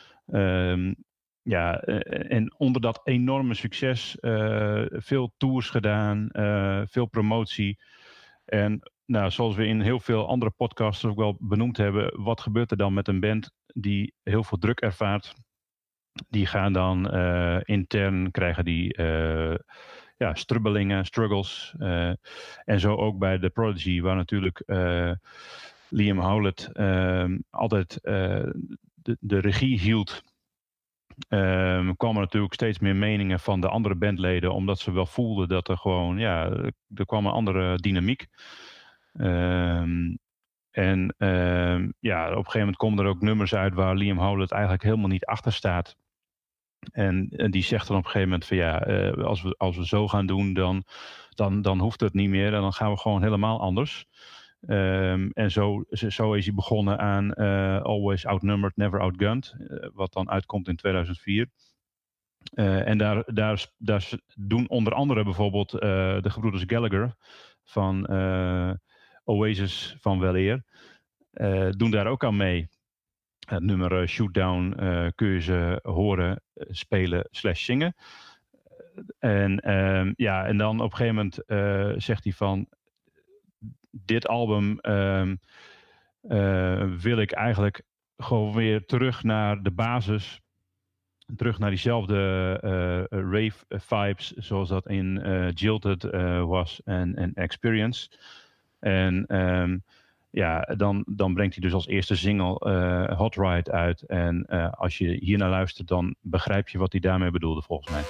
En onder dat enorme succes veel tours gedaan. Veel promotie. En nou, zoals we in heel veel andere podcasts ook wel benoemd hebben, wat gebeurt er dan met een band die heel veel druk ervaart? Die gaan dan intern krijgen die strubbelingen, struggles. En zo ook bij The Prodigy, waar natuurlijk Liam Howlett altijd de regie hield. Kwamen natuurlijk steeds meer meningen van de andere bandleden, omdat ze wel voelden dat er gewoon, er kwam een andere dynamiek. Op een gegeven moment komen er ook nummers uit waar Liam Howlett eigenlijk helemaal niet achter staat. En die zegt dan op een gegeven moment van als we zo gaan doen, dan hoeft het niet meer en dan gaan we gewoon helemaal anders. En zo is hij begonnen aan Always Outnumbered, Never Outgunned, wat dan uitkomt in 2004. En daar doen onder andere bijvoorbeeld de gebroeders Gallagher van Oasis van weleer, doen daar ook aan mee. Het nummer Shootdown kun je ze horen spelen / zingen. En dan op een gegeven moment zegt hij van, dit album wil ik eigenlijk gewoon weer terug naar de basis. Terug naar diezelfde rave vibes zoals dat in Jilted was en Experience. En dan brengt hij dus als eerste single Hot Ride uit. En als je hier naar luistert, dan begrijp je wat hij daarmee bedoelde volgens mij.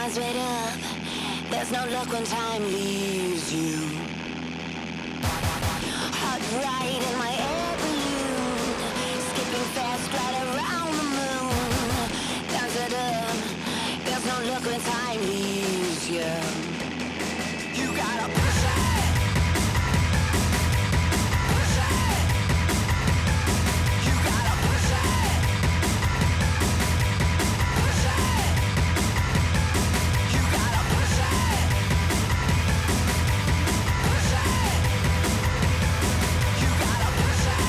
eyes wide up. There's no luck when time leaves you. Hot ride in my air balloon, skipping fast right around the moon. Down to the, there's no luck when time leaves you. You gotta push it. Push it. You gotta push it. Push it. You gotta push it. Push it. You gotta push it.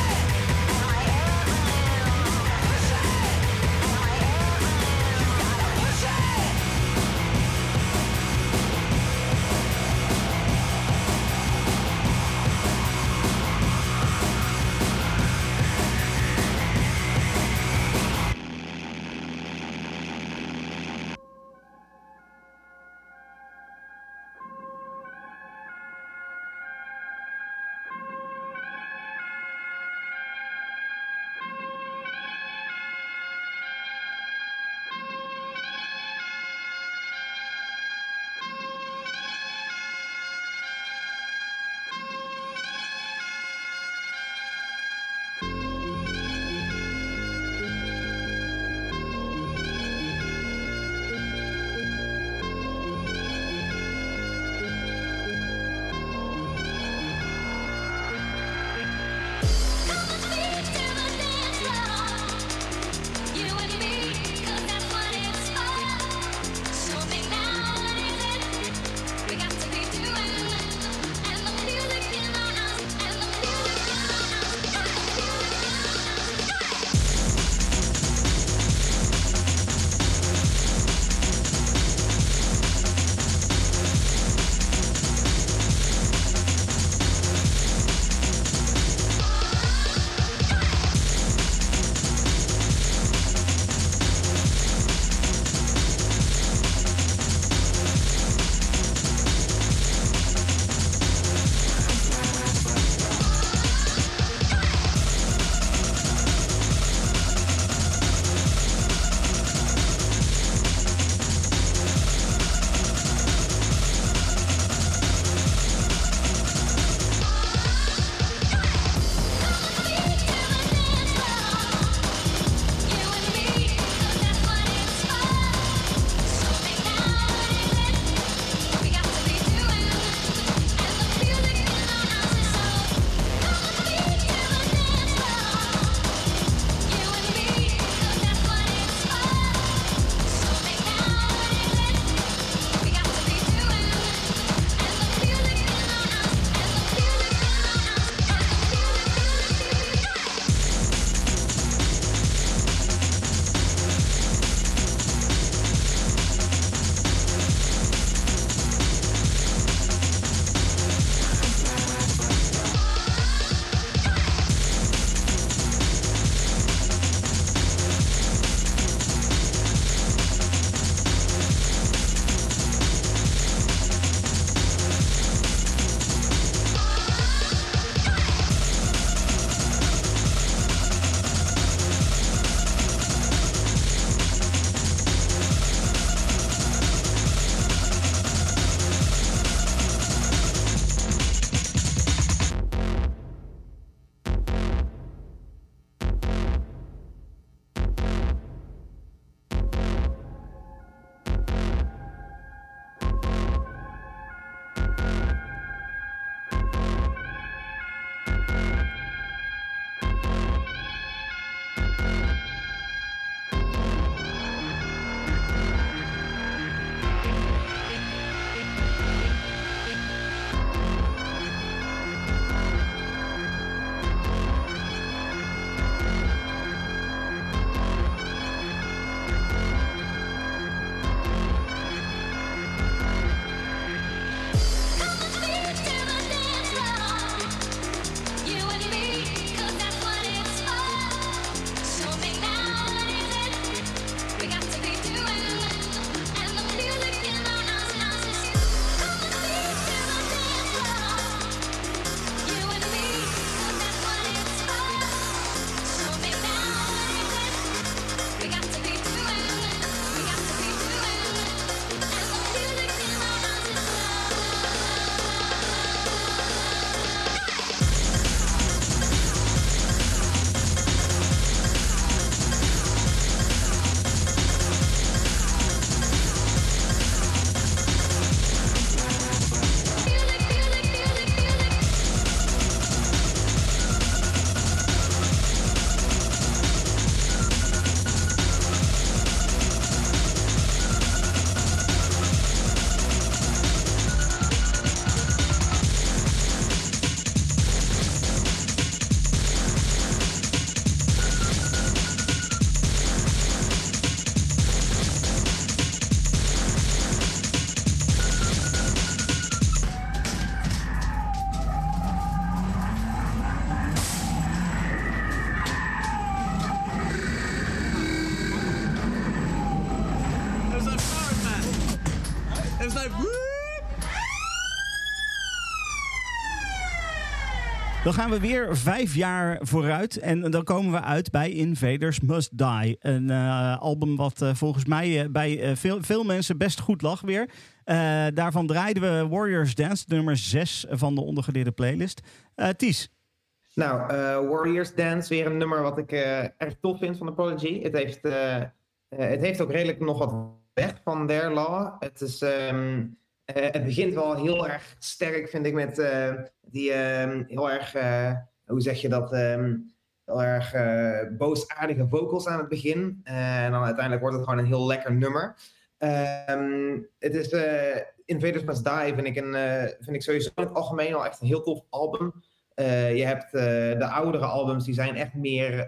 Dan gaan we weer 5 jaar vooruit. En dan komen we uit bij Invaders Must Die. Een album wat volgens mij bij veel mensen best goed lag weer. Daarvan draaiden we Warriors Dance, nummer 6 van de ondergewaardeerde playlist. Ties. Nou, Warriors Dance, weer een nummer wat ik erg tof vind van de Prodigy. Het heeft ook redelijk nog wat weg van Their Law. Het begint wel heel erg sterk, vind ik, met die heel erg, hoe zeg je dat, heel erg boosaardige vocals aan het begin. En dan uiteindelijk wordt het gewoon een heel lekker nummer. Het is Invaders Must Die, vind ik sowieso in het algemeen al echt een heel tof album. Je hebt de oudere albums, die zijn echt meer,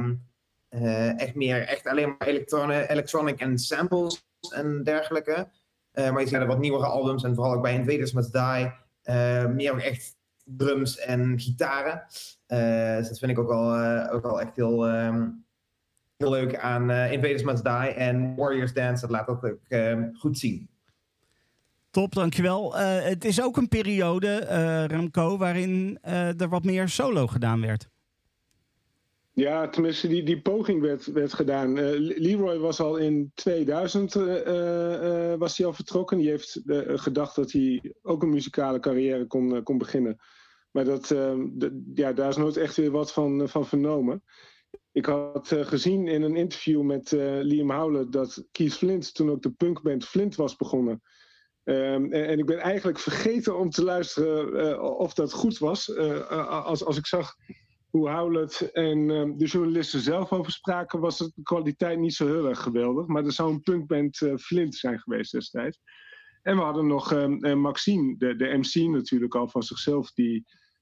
echt alleen maar electronic en samples en dergelijke. Maar je ziet er wat nieuwere albums en vooral ook bij Invaders Must Die meer ook echt drums en gitaren. Dus dat vind ik ook al echt heel leuk aan Invaders Must Die. En Warriors Dance, dat laat dat ook goed zien. Top, dankjewel. Het is ook een periode, Remco, waarin er wat meer solo gedaan werd. Ja, tenminste, die poging werd gedaan. Leroy was al in 2000 was hij al vertrokken. Die heeft gedacht dat hij ook een muzikale carrière kon beginnen. Maar daar is nooit echt weer wat van vernomen. Ik had gezien in een interview met Liam Howlett dat Keith Flint toen ook de punkband Flint was begonnen. En ik ben eigenlijk vergeten om te luisteren of dat goed was. Als ik zag hoe Howlett en de journalisten zelf over spraken, was de kwaliteit niet zo heel erg geweldig. Maar er zou een punkband Flint zijn geweest destijds. En we hadden nog Maxime, de MC natuurlijk al van zichzelf, die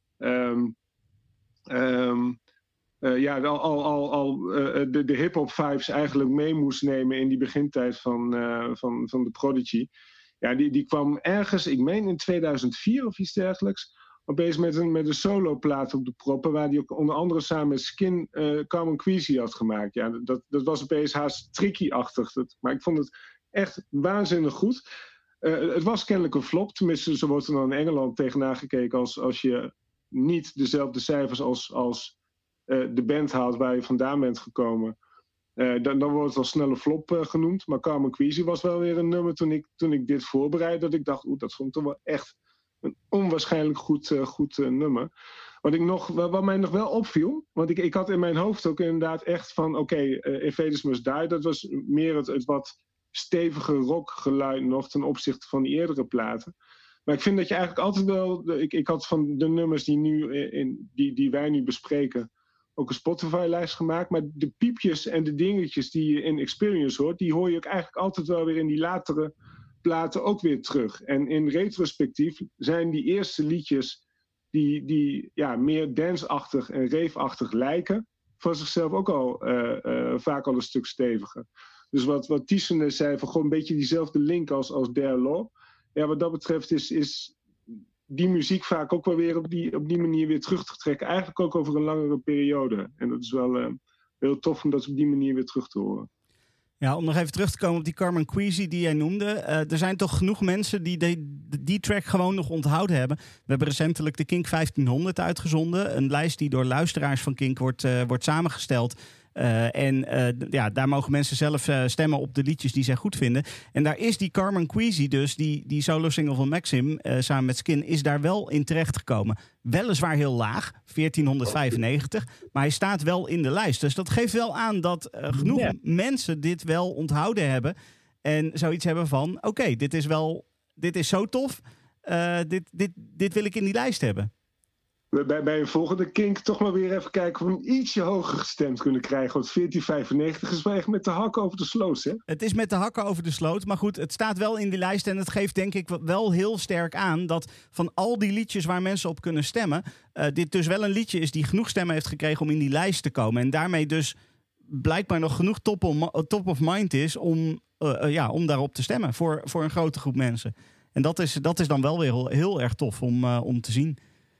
de hip-hop vibes eigenlijk mee moest nemen in die begintijd van de Prodigy. Ja, die kwam ergens, ik meen in 2004 of iets dergelijks, opeens met een soloplaat op de proppen, waar hij ook onder andere samen met Skin Carmen Kwesi had gemaakt. Ja, dat was opeens haast tricky-achtig. Maar ik vond het echt waanzinnig goed. Het was kennelijk een flop, tenminste zo wordt er dan in Engeland tegenaan gekeken als je niet dezelfde cijfers als de band haalt waar je vandaan bent gekomen. Dan wordt het al snel een flop genoemd. Maar Carmen Kwesi was wel weer een nummer toen ik dit voorbereidde, dat ik dacht, dat vond ik toch wel echt een onwaarschijnlijk goed nummer. Wat mij nog wel opviel, want ik had in mijn hoofd ook inderdaad echt van Invaders Must Die, dat was meer het wat stevige rockgeluid nog ten opzichte van die eerdere platen. Maar ik vind dat je eigenlijk altijd wel, ik had van de nummers die wij nu bespreken ook een Spotify-lijst gemaakt, maar de piepjes en de dingetjes die je in Experience hoort, die hoor je ook eigenlijk altijd wel weer in die latere platen ook weer terug. En in retrospectief zijn die eerste liedjes die meer dance-achtig en rave-achtig lijken, van zichzelf ook al vaak al een stuk steviger. Dus wat Thiessen zei, van gewoon een beetje diezelfde link als Their Law. Ja, wat dat betreft is die muziek vaak ook wel weer op die manier weer terug te trekken. Eigenlijk ook over een langere periode. En dat is wel heel tof om dat op die manier weer terug te horen. Ja, om nog even terug te komen op die Carmen Kwesi die jij noemde. Er zijn toch genoeg mensen die track gewoon nog onthouden hebben. We hebben recentelijk de Kink 1500 uitgezonden. Een lijst die door luisteraars van Kink wordt samengesteld. Daar mogen mensen zelf stemmen op de liedjes die zij goed vinden. En daar is die Carmen Kwesi dus, die solo-single van Maxime, samen met Skin, is daar wel in terechtgekomen. Weliswaar heel laag, 1495, maar hij staat wel in de lijst. Dus dat geeft wel aan dat genoeg mensen dit wel onthouden hebben. En zoiets hebben van, dit is zo tof, dit wil ik in die lijst hebben. Bij een volgende Kink toch maar weer even kijken of we hem ietsje hoger gestemd kunnen krijgen. Want 1495 is wel echt met de hakken over de sloot, hè? Het is met de hakken over de sloot. Maar goed, het staat wel in die lijst. En het geeft denk ik wel heel sterk aan dat van al die liedjes waar mensen op kunnen stemmen, dit dus wel een liedje is die genoeg stemmen heeft gekregen om in die lijst te komen. En daarmee dus blijkbaar nog genoeg top of mind is om daarop te stemmen voor een grote groep mensen. En dat is dan wel weer heel erg tof om te zien.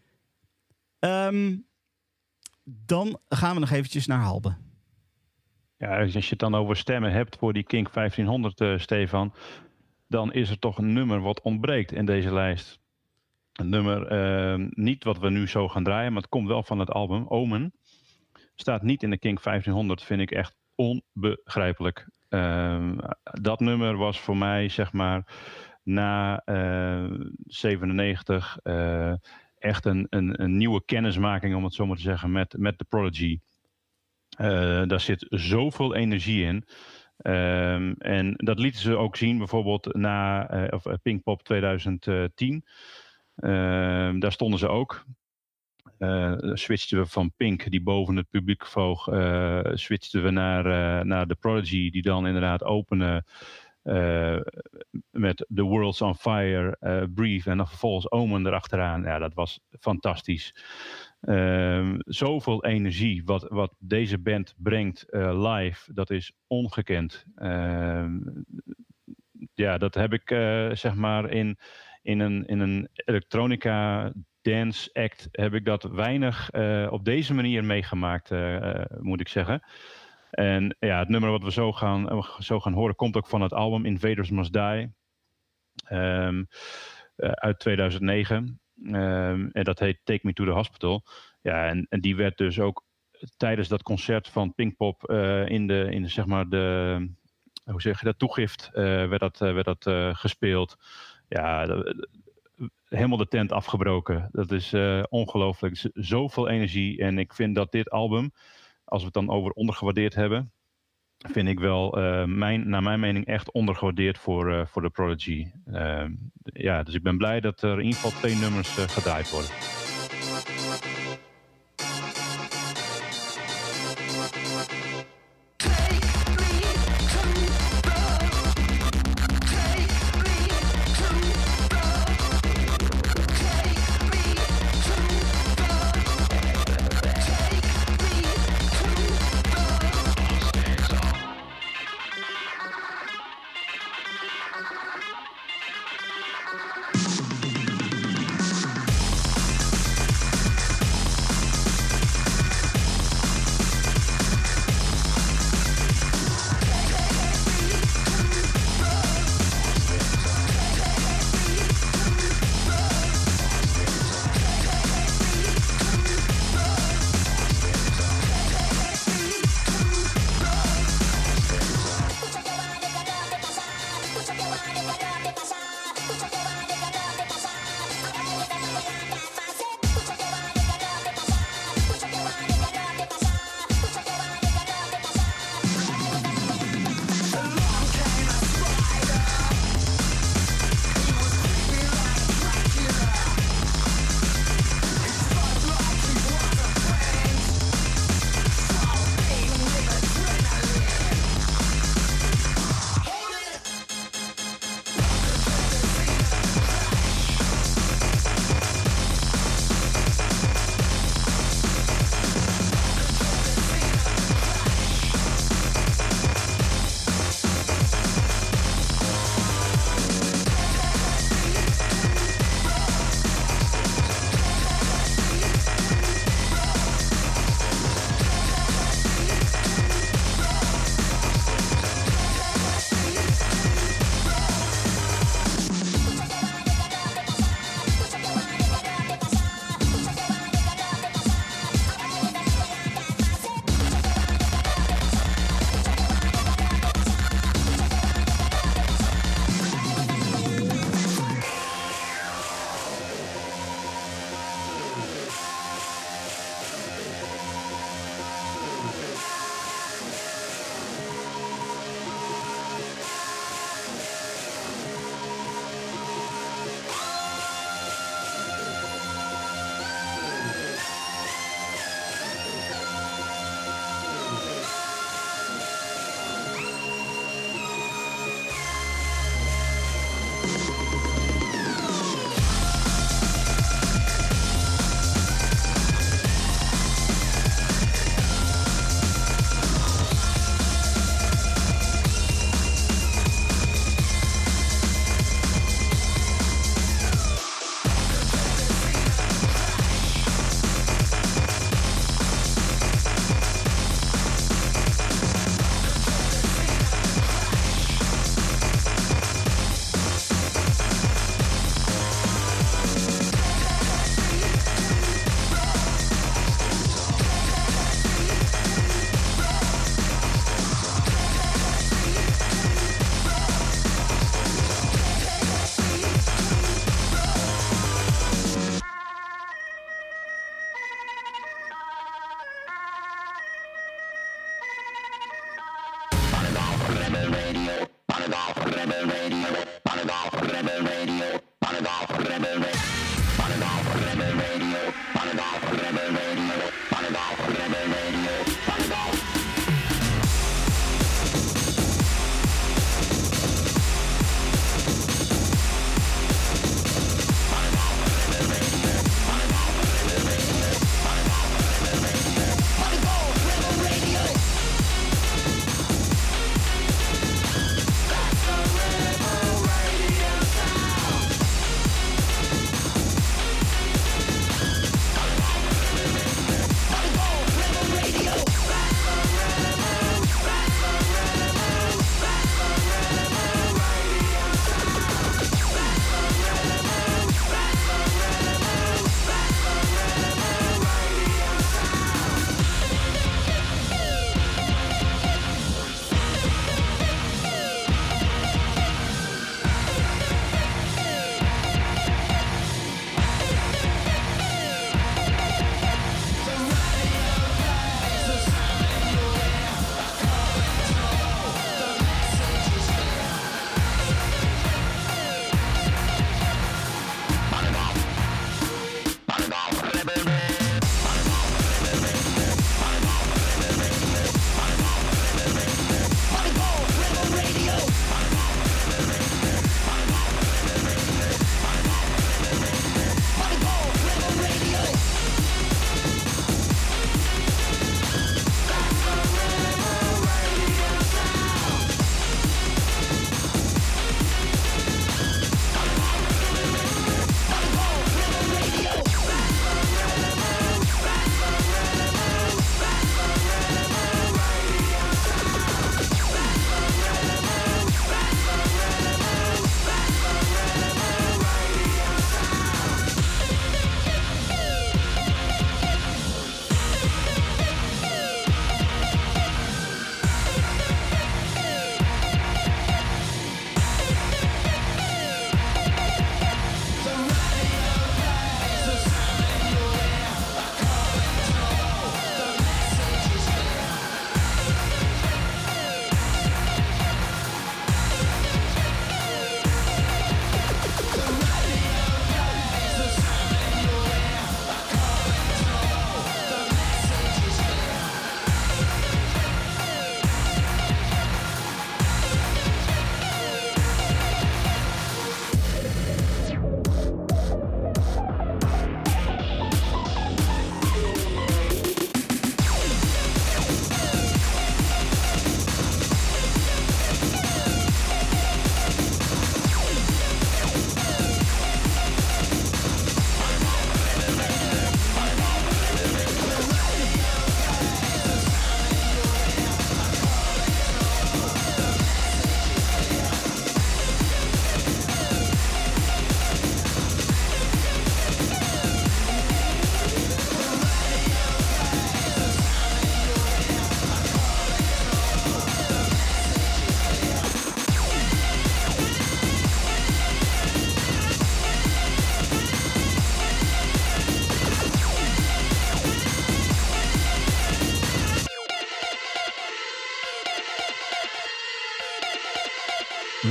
Dan gaan we nog eventjes naar Halbe. Ja, als je het dan over stemmen hebt voor die Kink 1500, Stefan, dan is er toch een nummer wat ontbreekt in deze lijst. Een nummer, niet wat we nu zo gaan draaien, maar het komt wel van het album Omen. Staat niet in de Kink 1500, vind ik echt onbegrijpelijk. Dat nummer was voor mij, zeg maar, na 97 echt een nieuwe kennismaking, om het zo maar te zeggen, met The Prodigy. Daar zit zoveel energie in. En dat lieten ze ook zien bijvoorbeeld na Pinkpop 2010. Daar stonden ze ook. Switchten we van Pink, die boven het publiek vloog, switchten we naar The Prodigy, die dan inderdaad openen met The World's on Fire, Breathe en dan vervolgens Omen erachteraan. Ja, dat was fantastisch. Zoveel energie wat deze band brengt live, dat is ongekend. Ja, dat heb ik zeg maar in een elektronica dance act heb ik dat weinig op deze manier meegemaakt, moet ik zeggen. En ja, het nummer wat we zo gaan horen komt ook van het album Invaders Must Die uit 2009. En dat heet Take Me to the Hospital. Ja, en die werd dus ook tijdens dat concert van Pinkpop in zeg maar de, hoe zeg je dat, toegift werd dat gespeeld. Ja, helemaal de tent afgebroken. Dat is ongelooflijk. Zoveel energie. En ik vind dat dit album, als we het dan over ondergewaardeerd hebben, vind ik wel, naar mijn mening, echt ondergewaardeerd voor The Prodigy. Ja, dus ik ben blij dat er in ieder geval 2 nummers gedraaid worden.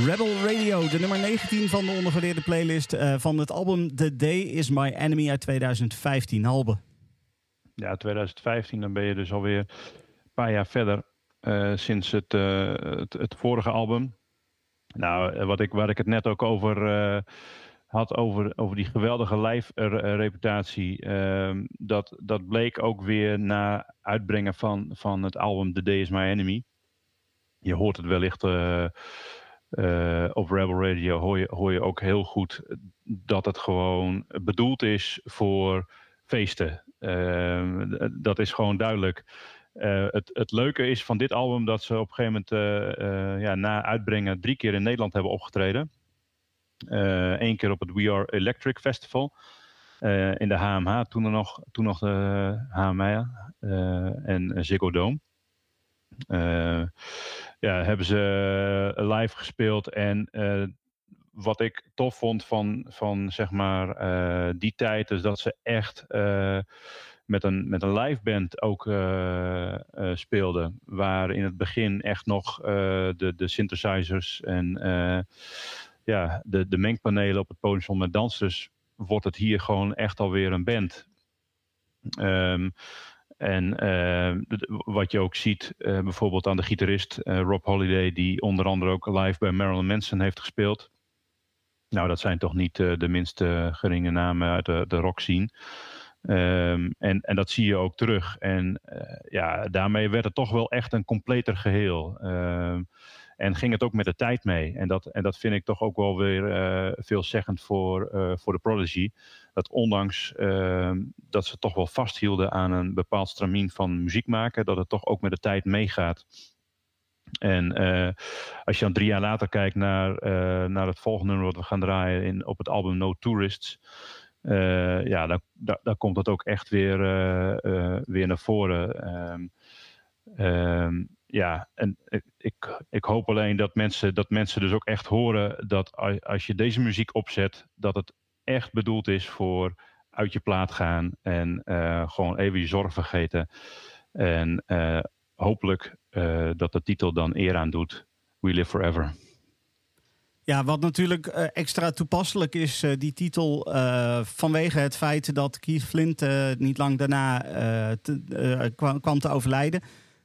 Rebel Radio, de nummer 19 van de ondergewaardeerde playlist van het album The Day Is My Enemy uit 2015. Halbe. Ja, 2015, dan ben je dus alweer een paar jaar verder sinds het vorige album. Nou, waar ik het net ook over had, over die geweldige live reputatie. Dat bleek ook weer na uitbrengen van het album The Day Is My Enemy. Je hoort het wellicht op Rebel Radio, hoor je ook heel goed dat het gewoon bedoeld is voor feesten. Dat is gewoon duidelijk. Het leuke is van dit album dat ze op een gegeven moment na uitbrengen 3 keer in Nederland hebben opgetreden. 1 keer op het We Are Electric Festival in de HMH, toen nog de HMH en Ziggo Dome. Hebben ze live gespeeld en wat ik tof vond van zeg maar die tijd is dat ze echt met een live band ook speelden, waar in het begin echt nog de synthesizers en de mengpanelen op het podium met dansers, wordt het hier gewoon echt alweer een band. Wat je ook ziet, bijvoorbeeld aan de gitarist Rob Holiday, die onder andere ook live bij Marilyn Manson heeft gespeeld. Nou, dat zijn toch niet de minste geringe namen uit de rock scene. En dat zie je ook terug. En daarmee werd het toch wel echt een completer geheel. En ging het ook met de tijd mee. En dat vind ik toch ook wel weer veelzeggend voor de Prodigy. Dat ondanks dat ze toch wel vasthielden aan een bepaald stramien van muziek maken, dat het toch ook met de tijd meegaat. En als je dan 3 jaar later kijkt naar het volgende nummer wat we gaan draaien op het album No Tourists. Daar komt het ook echt weer naar voren. En ik hoop alleen dat mensen dus ook echt horen dat als je deze muziek opzet, dat het echt bedoeld is voor uit je plaat gaan en gewoon even je zorg vergeten. En hopelijk dat de titel dan eer aan doet. We Live Forever. Ja, wat natuurlijk extra toepasselijk is, die titel, vanwege het feit dat Keith Flint niet lang daarna kwam te overlijden.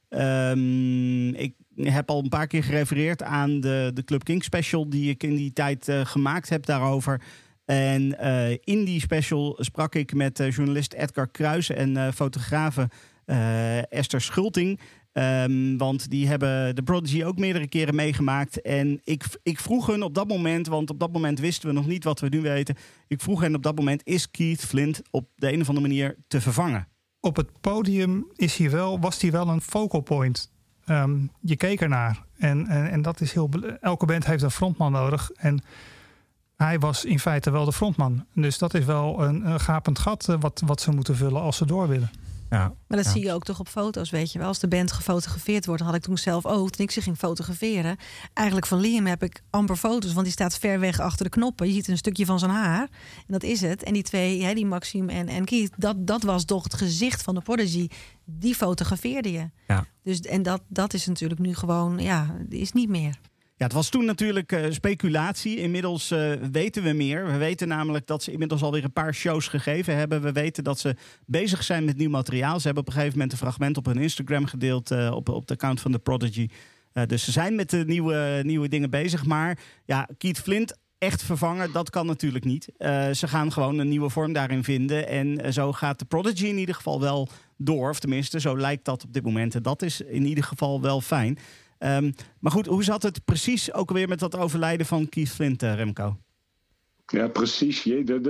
Ik heb al een paar keer gerefereerd aan de Club King special die ik in die tijd gemaakt heb daarover. En in die special sprak ik met journalist Edgar Kruijs en fotografe Esther Schulting. Want die hebben de Prodigy ook meerdere keren meegemaakt. En ik vroeg hun op dat moment, want op dat moment wisten we nog niet wat we nu weten. Ik vroeg hen op dat moment, is Keith Flint op de een of andere manier te vervangen? Op het podium was hij wel een focal point. Je keek ernaar. En dat is elke band heeft een frontman nodig. En hij was in feite wel de frontman. Dus dat is wel een gapend gat wat ze moeten vullen als ze door willen. Ja, maar dat zie je ook toch op foto's, weet je wel. Als de band gefotografeerd wordt, had ik toen zelf ook, toen ik ze ging fotograferen. Eigenlijk van Liam heb ik amper foto's, want die staat ver weg achter de knoppen. Je ziet een stukje van zijn haar en dat is het. En die twee, die Maxime en Keith, dat was toch het gezicht van de Prodigy. Die fotografeerde je. Ja. Dus, en dat is natuurlijk nu gewoon, is niet meer. Ja, het was toen natuurlijk speculatie. Inmiddels weten we meer. We weten namelijk dat ze inmiddels alweer een paar shows gegeven hebben. We weten dat ze bezig zijn met nieuw materiaal. Ze hebben op een gegeven moment een fragment op hun Instagram gedeeld op de account van The Prodigy. Dus ze zijn met de nieuwe dingen bezig. Maar ja, Keith Flint echt vervangen, dat kan natuurlijk niet. Ze gaan gewoon een nieuwe vorm daarin vinden. En zo gaat The Prodigy in ieder geval wel door. Of tenminste, zo lijkt dat op dit moment. En dat is in ieder geval wel fijn. Maar goed, hoe zat het precies ook weer met dat overlijden van Keith Flint, Remco? Ja, precies.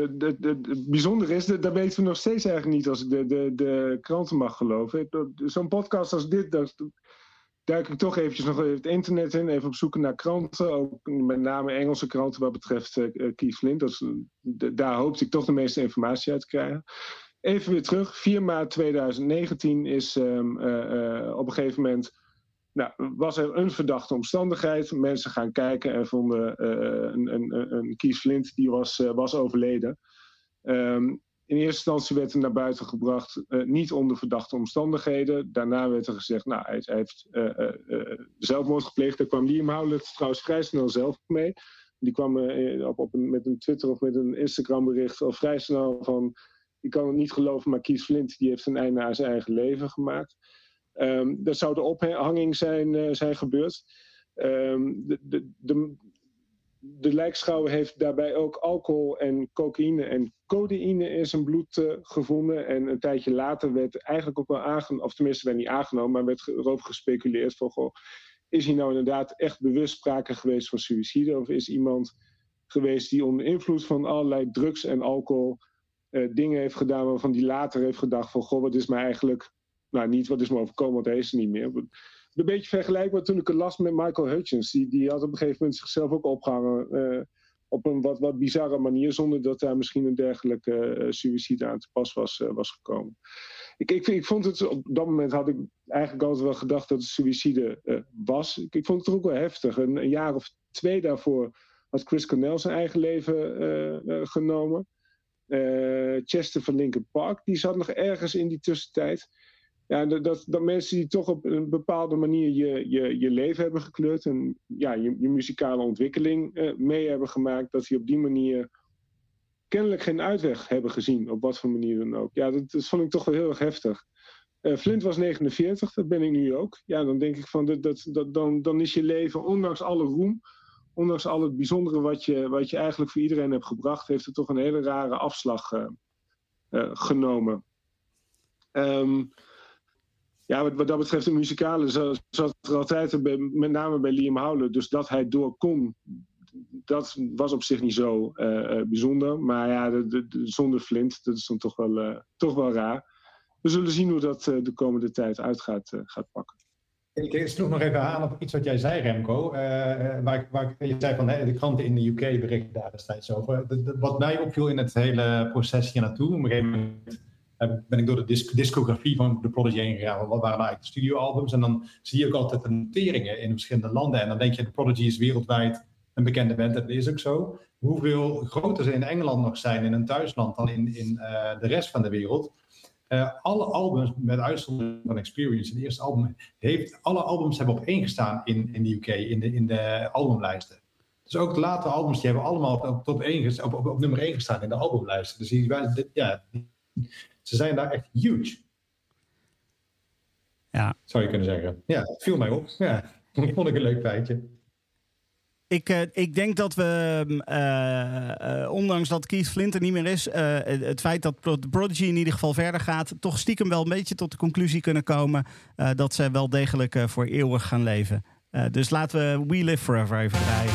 Het bijzondere is, dat weten we nog steeds eigenlijk niet als ik de kranten mag geloven. Zo'n podcast als dit, daar duik ik toch eventjes nog even het internet in. Even op zoek naar kranten, ook met name Engelse kranten wat betreft Keith Flint. Daar hoopte ik toch de meeste informatie uit te krijgen. Even weer terug, 4 maart 2019 is op een gegeven moment... was er een verdachte omstandigheid. Mensen gaan kijken en vonden een Keith Flint die was overleden. In eerste instantie werd er naar buiten gebracht, niet onder verdachte omstandigheden. Daarna werd er gezegd, nou, hij heeft zelfmoord gepleegd. Daar kwam Liam Howlett trouwens vrij snel zelf mee. Die kwam met een Twitter of met een Instagram bericht al vrij snel van... Ik kan het niet geloven, maar Keith Flint die heeft een einde aan zijn eigen leven gemaakt. Dat zou de ophanging zijn gebeurd. De lijkschouwer heeft daarbij ook alcohol en cocaïne en codeïne in zijn bloed gevonden. En een tijdje later werd eigenlijk ook wel aangenomen, of tenminste werd niet aangenomen, maar werd erover gespeculeerd van, goh, is hier nou inderdaad echt bewust sprake geweest van suïcide? Of is iemand geweest die onder invloed van allerlei drugs en alcohol dingen heeft gedaan waarvan die later heeft gedacht van, goh, wat is me eigenlijk, nou niet wat is me overkomen, want hij is er niet meer. Een beetje vergelijkbaar toen ik het las met Michael Hutchins. Die had op een gegeven moment zichzelf ook opgehangen op een wat bizarre manier, zonder dat daar misschien een dergelijke suïcide aan te pas was gekomen. Ik vond het, op dat moment had ik eigenlijk altijd wel gedacht dat het suïcide was. Ik vond het er ook wel heftig. Een jaar of 2 daarvoor had Chris Cornell zijn eigen leven genomen. Chester van Linkin Park, die zat nog ergens in die tussentijd. Ja, dat mensen die toch op een bepaalde manier je leven hebben gekleurd en ja, je muzikale ontwikkeling mee hebben gemaakt, dat die op die manier kennelijk geen uitweg hebben gezien, op wat voor manier dan ook. Ja, dat vond ik toch wel heel erg heftig. Flint was 49, dat ben ik nu ook. Ja, dan denk ik van, dan is je leven, ondanks alle roem, ondanks al het bijzondere wat je eigenlijk voor iedereen hebt gebracht, heeft het toch een hele rare afslag genomen. Ja, wat dat betreft de muzikale zat er altijd, met name bij Liam Howlett, dus dat hij door kon, dat was op zich niet zo bijzonder. Maar ja, zonder Flint, dat is dan toch wel raar. We zullen zien hoe dat de komende tijd uit gaat pakken. Ik sloeg nog even aan op iets wat jij zei, Remco. Je zei van de kranten in de UK berichten daar destijds over. Wat mij opviel in het hele proces hier naartoe, op een gegeven moment ben ik door de discografie van The Prodigy heen gegaan. Wat waren eigenlijk de studioalbums? En dan zie je ook altijd de noteringen in verschillende landen. En dan denk je, The Prodigy is wereldwijd een bekende band. Dat is ook zo. Hoeveel groter ze in Engeland nog zijn, in hun thuisland, dan in de rest van de wereld. Alle albums, met uitzondering van Experience, het eerste album, alle albums hebben op 1 gestaan in de UK, in de albumlijsten. Dus ook de latere albums, die hebben allemaal op nummer 1 gestaan in de albumlijsten. Dus ze zijn daar echt huge. Ja. Zou je kunnen zeggen. Ja, het viel mij op. Ja, dat vond ik een leuk feitje. Ik denk dat we, ondanks dat Keith Flint er niet meer is, het feit dat The Prodigy in ieder geval verder gaat, toch stiekem wel een beetje tot de conclusie kunnen komen dat ze wel degelijk voor eeuwig gaan leven. Dus laten we We Live Forever even draaien.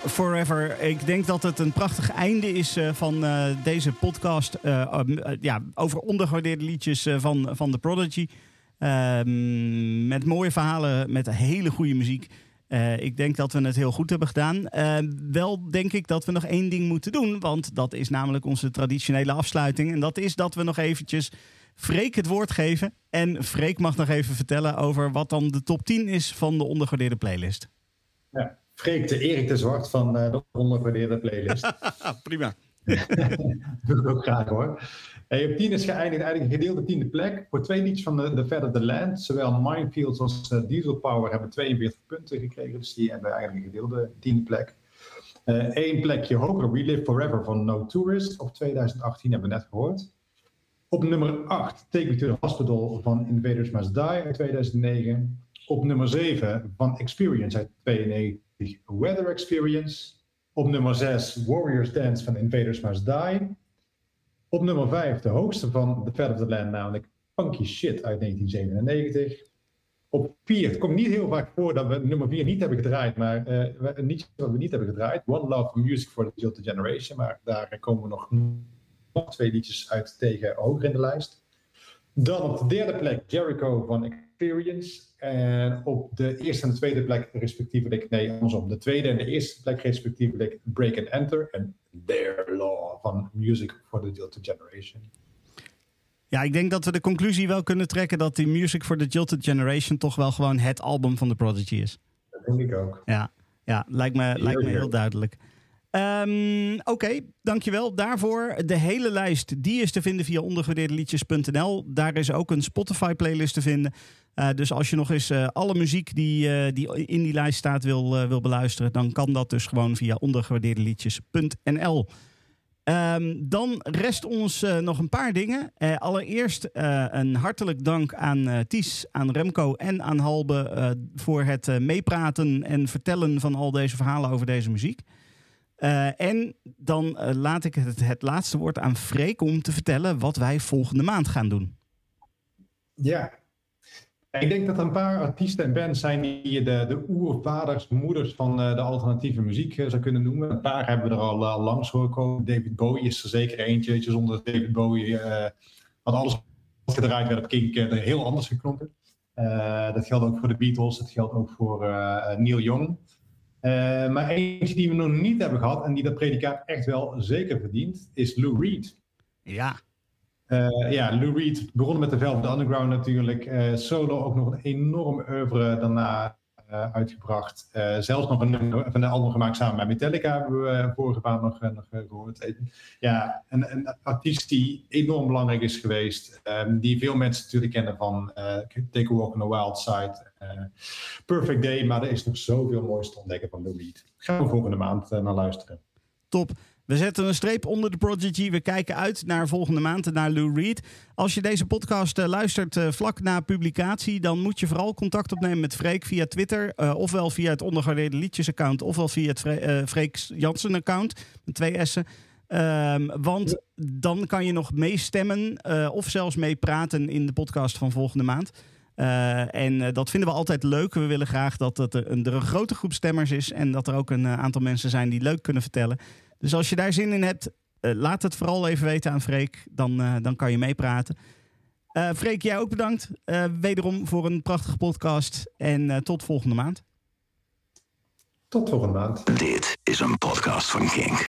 Forever. Ik denk dat het een prachtig einde is van deze podcast over ondergewaardeerde liedjes van The Prodigy. Met mooie verhalen, met hele goede muziek. Ik denk dat we het heel goed hebben gedaan. Wel denk ik dat we nog één ding moeten doen, want dat is namelijk onze traditionele afsluiting. En dat is dat we nog eventjes Freek het woord geven. En Freek mag nog even vertellen over wat dan de top 10 is van de ondergewaardeerde playlist. Ja, Freek de Erik de Zwart van de ondergewaardeerde playlist. Prima. Doe ik ook graag hoor. Op 10 is geëindigd eigenlijk een gedeelde 10e plek voor 2 liedjes van The Fat of the Land. Zowel Minefields als Diesel Power hebben 42 punten gekregen. Dus die hebben eigenlijk een gedeelde 10e plek. 1 plekje hoger, We Live Forever van No Tourist. Op 2018 hebben we net gehoord. Op nummer 8, Take Me to the Hospital van Invaders Must Die uit 2009. Op nummer 7 van Experience uit 92, Weather Experience. Op nummer 6, Warriors Dance van Invaders Must Die. Op nummer 5, de hoogste van The Fat of the Land, namelijk Funky Shit uit 1997. Op 4, het komt niet heel vaak voor dat we nummer 4 niet hebben gedraaid, maar een liedje wat we niet hebben gedraaid. One Love Music for the Jilted Generation, maar daar komen we nog 2 liedjes uit tegen hoger in de lijst. Dan op de 3e plek Jericho van Experience. En op de eerste en de tweede plek respectievelijk, nee andersom, de tweede en de eerste plek respectievelijk Break and Enter en Their Law van Music for the Jilted Generation. Ja, ik denk dat we de conclusie wel kunnen trekken dat die Music for the Jilted Generation toch wel gewoon het album van The Prodigy is. Dat denk ik ook. Ja, lijkt me heel duidelijk. Oké, dankjewel. Daarvoor de hele lijst, die is te vinden via ondergewaardeerdeliedjes.nl. Daar is ook een Spotify-playlist te vinden. Dus als je nog eens alle muziek die in die lijst staat wil beluisteren, dan kan dat dus gewoon via ondergewaardeerdeliedjes.nl. Dan rest ons nog een paar dingen. Allereerst een hartelijk dank aan Ties, aan Remco en aan Halbe voor het meepraten en vertellen van al deze verhalen over deze muziek. En dan laat ik het laatste woord aan Freek om te vertellen wat wij volgende maand gaan doen. Ja, ik denk dat er een paar artiesten en bands zijn die de oervaders, moeders van de alternatieve muziek zou kunnen noemen. Een paar hebben we er al langs horen komen. David Bowie is er zeker eentje. Zonder David Bowie had alles gedraaid werd op Kink er heel anders geklonken. Dat geldt ook voor de Beatles, dat geldt ook voor Neil Young. Maar eentje die we nog niet hebben gehad en die dat predicaat echt wel zeker verdient, is Lou Reed. Ja. Lou Reed begon met de Velvet Underground natuurlijk. Solo ook nog een enorm oeuvre daarna uitgebracht. Zelfs nog een album gemaakt samen met Metallica hebben we vorige maand nog gehoord. Ja, een artiest die enorm belangrijk is geweest. Die veel mensen natuurlijk kennen van Take a Walk on the Wild Side. Perfect Day, maar er is nog zoveel moois te ontdekken van Lou Reed. Gaan we volgende maand naar luisteren. Top. We zetten een streep onder de Prodigy. We kijken uit naar volgende maand, naar Lou Reed. Als je deze podcast luistert vlak na publicatie, dan moet je vooral contact opnemen met Freek via Twitter. Ofwel via het ondergewaardeerde liedjes account, ofwel via het Freek Jansen account met 2 S'en. Want dan kan je nog meestemmen of zelfs meepraten in de podcast van volgende maand. En dat vinden we altijd leuk. We willen graag dat er een grote groep stemmers is en dat er ook een aantal mensen zijn die leuk kunnen vertellen. Dus als je daar zin in hebt, laat het vooral even weten aan Freek. Dan kan je meepraten. Freek, jij ook bedankt. Wederom voor een prachtige podcast. En tot volgende maand. Tot volgende maand. Dit is een podcast van Kink.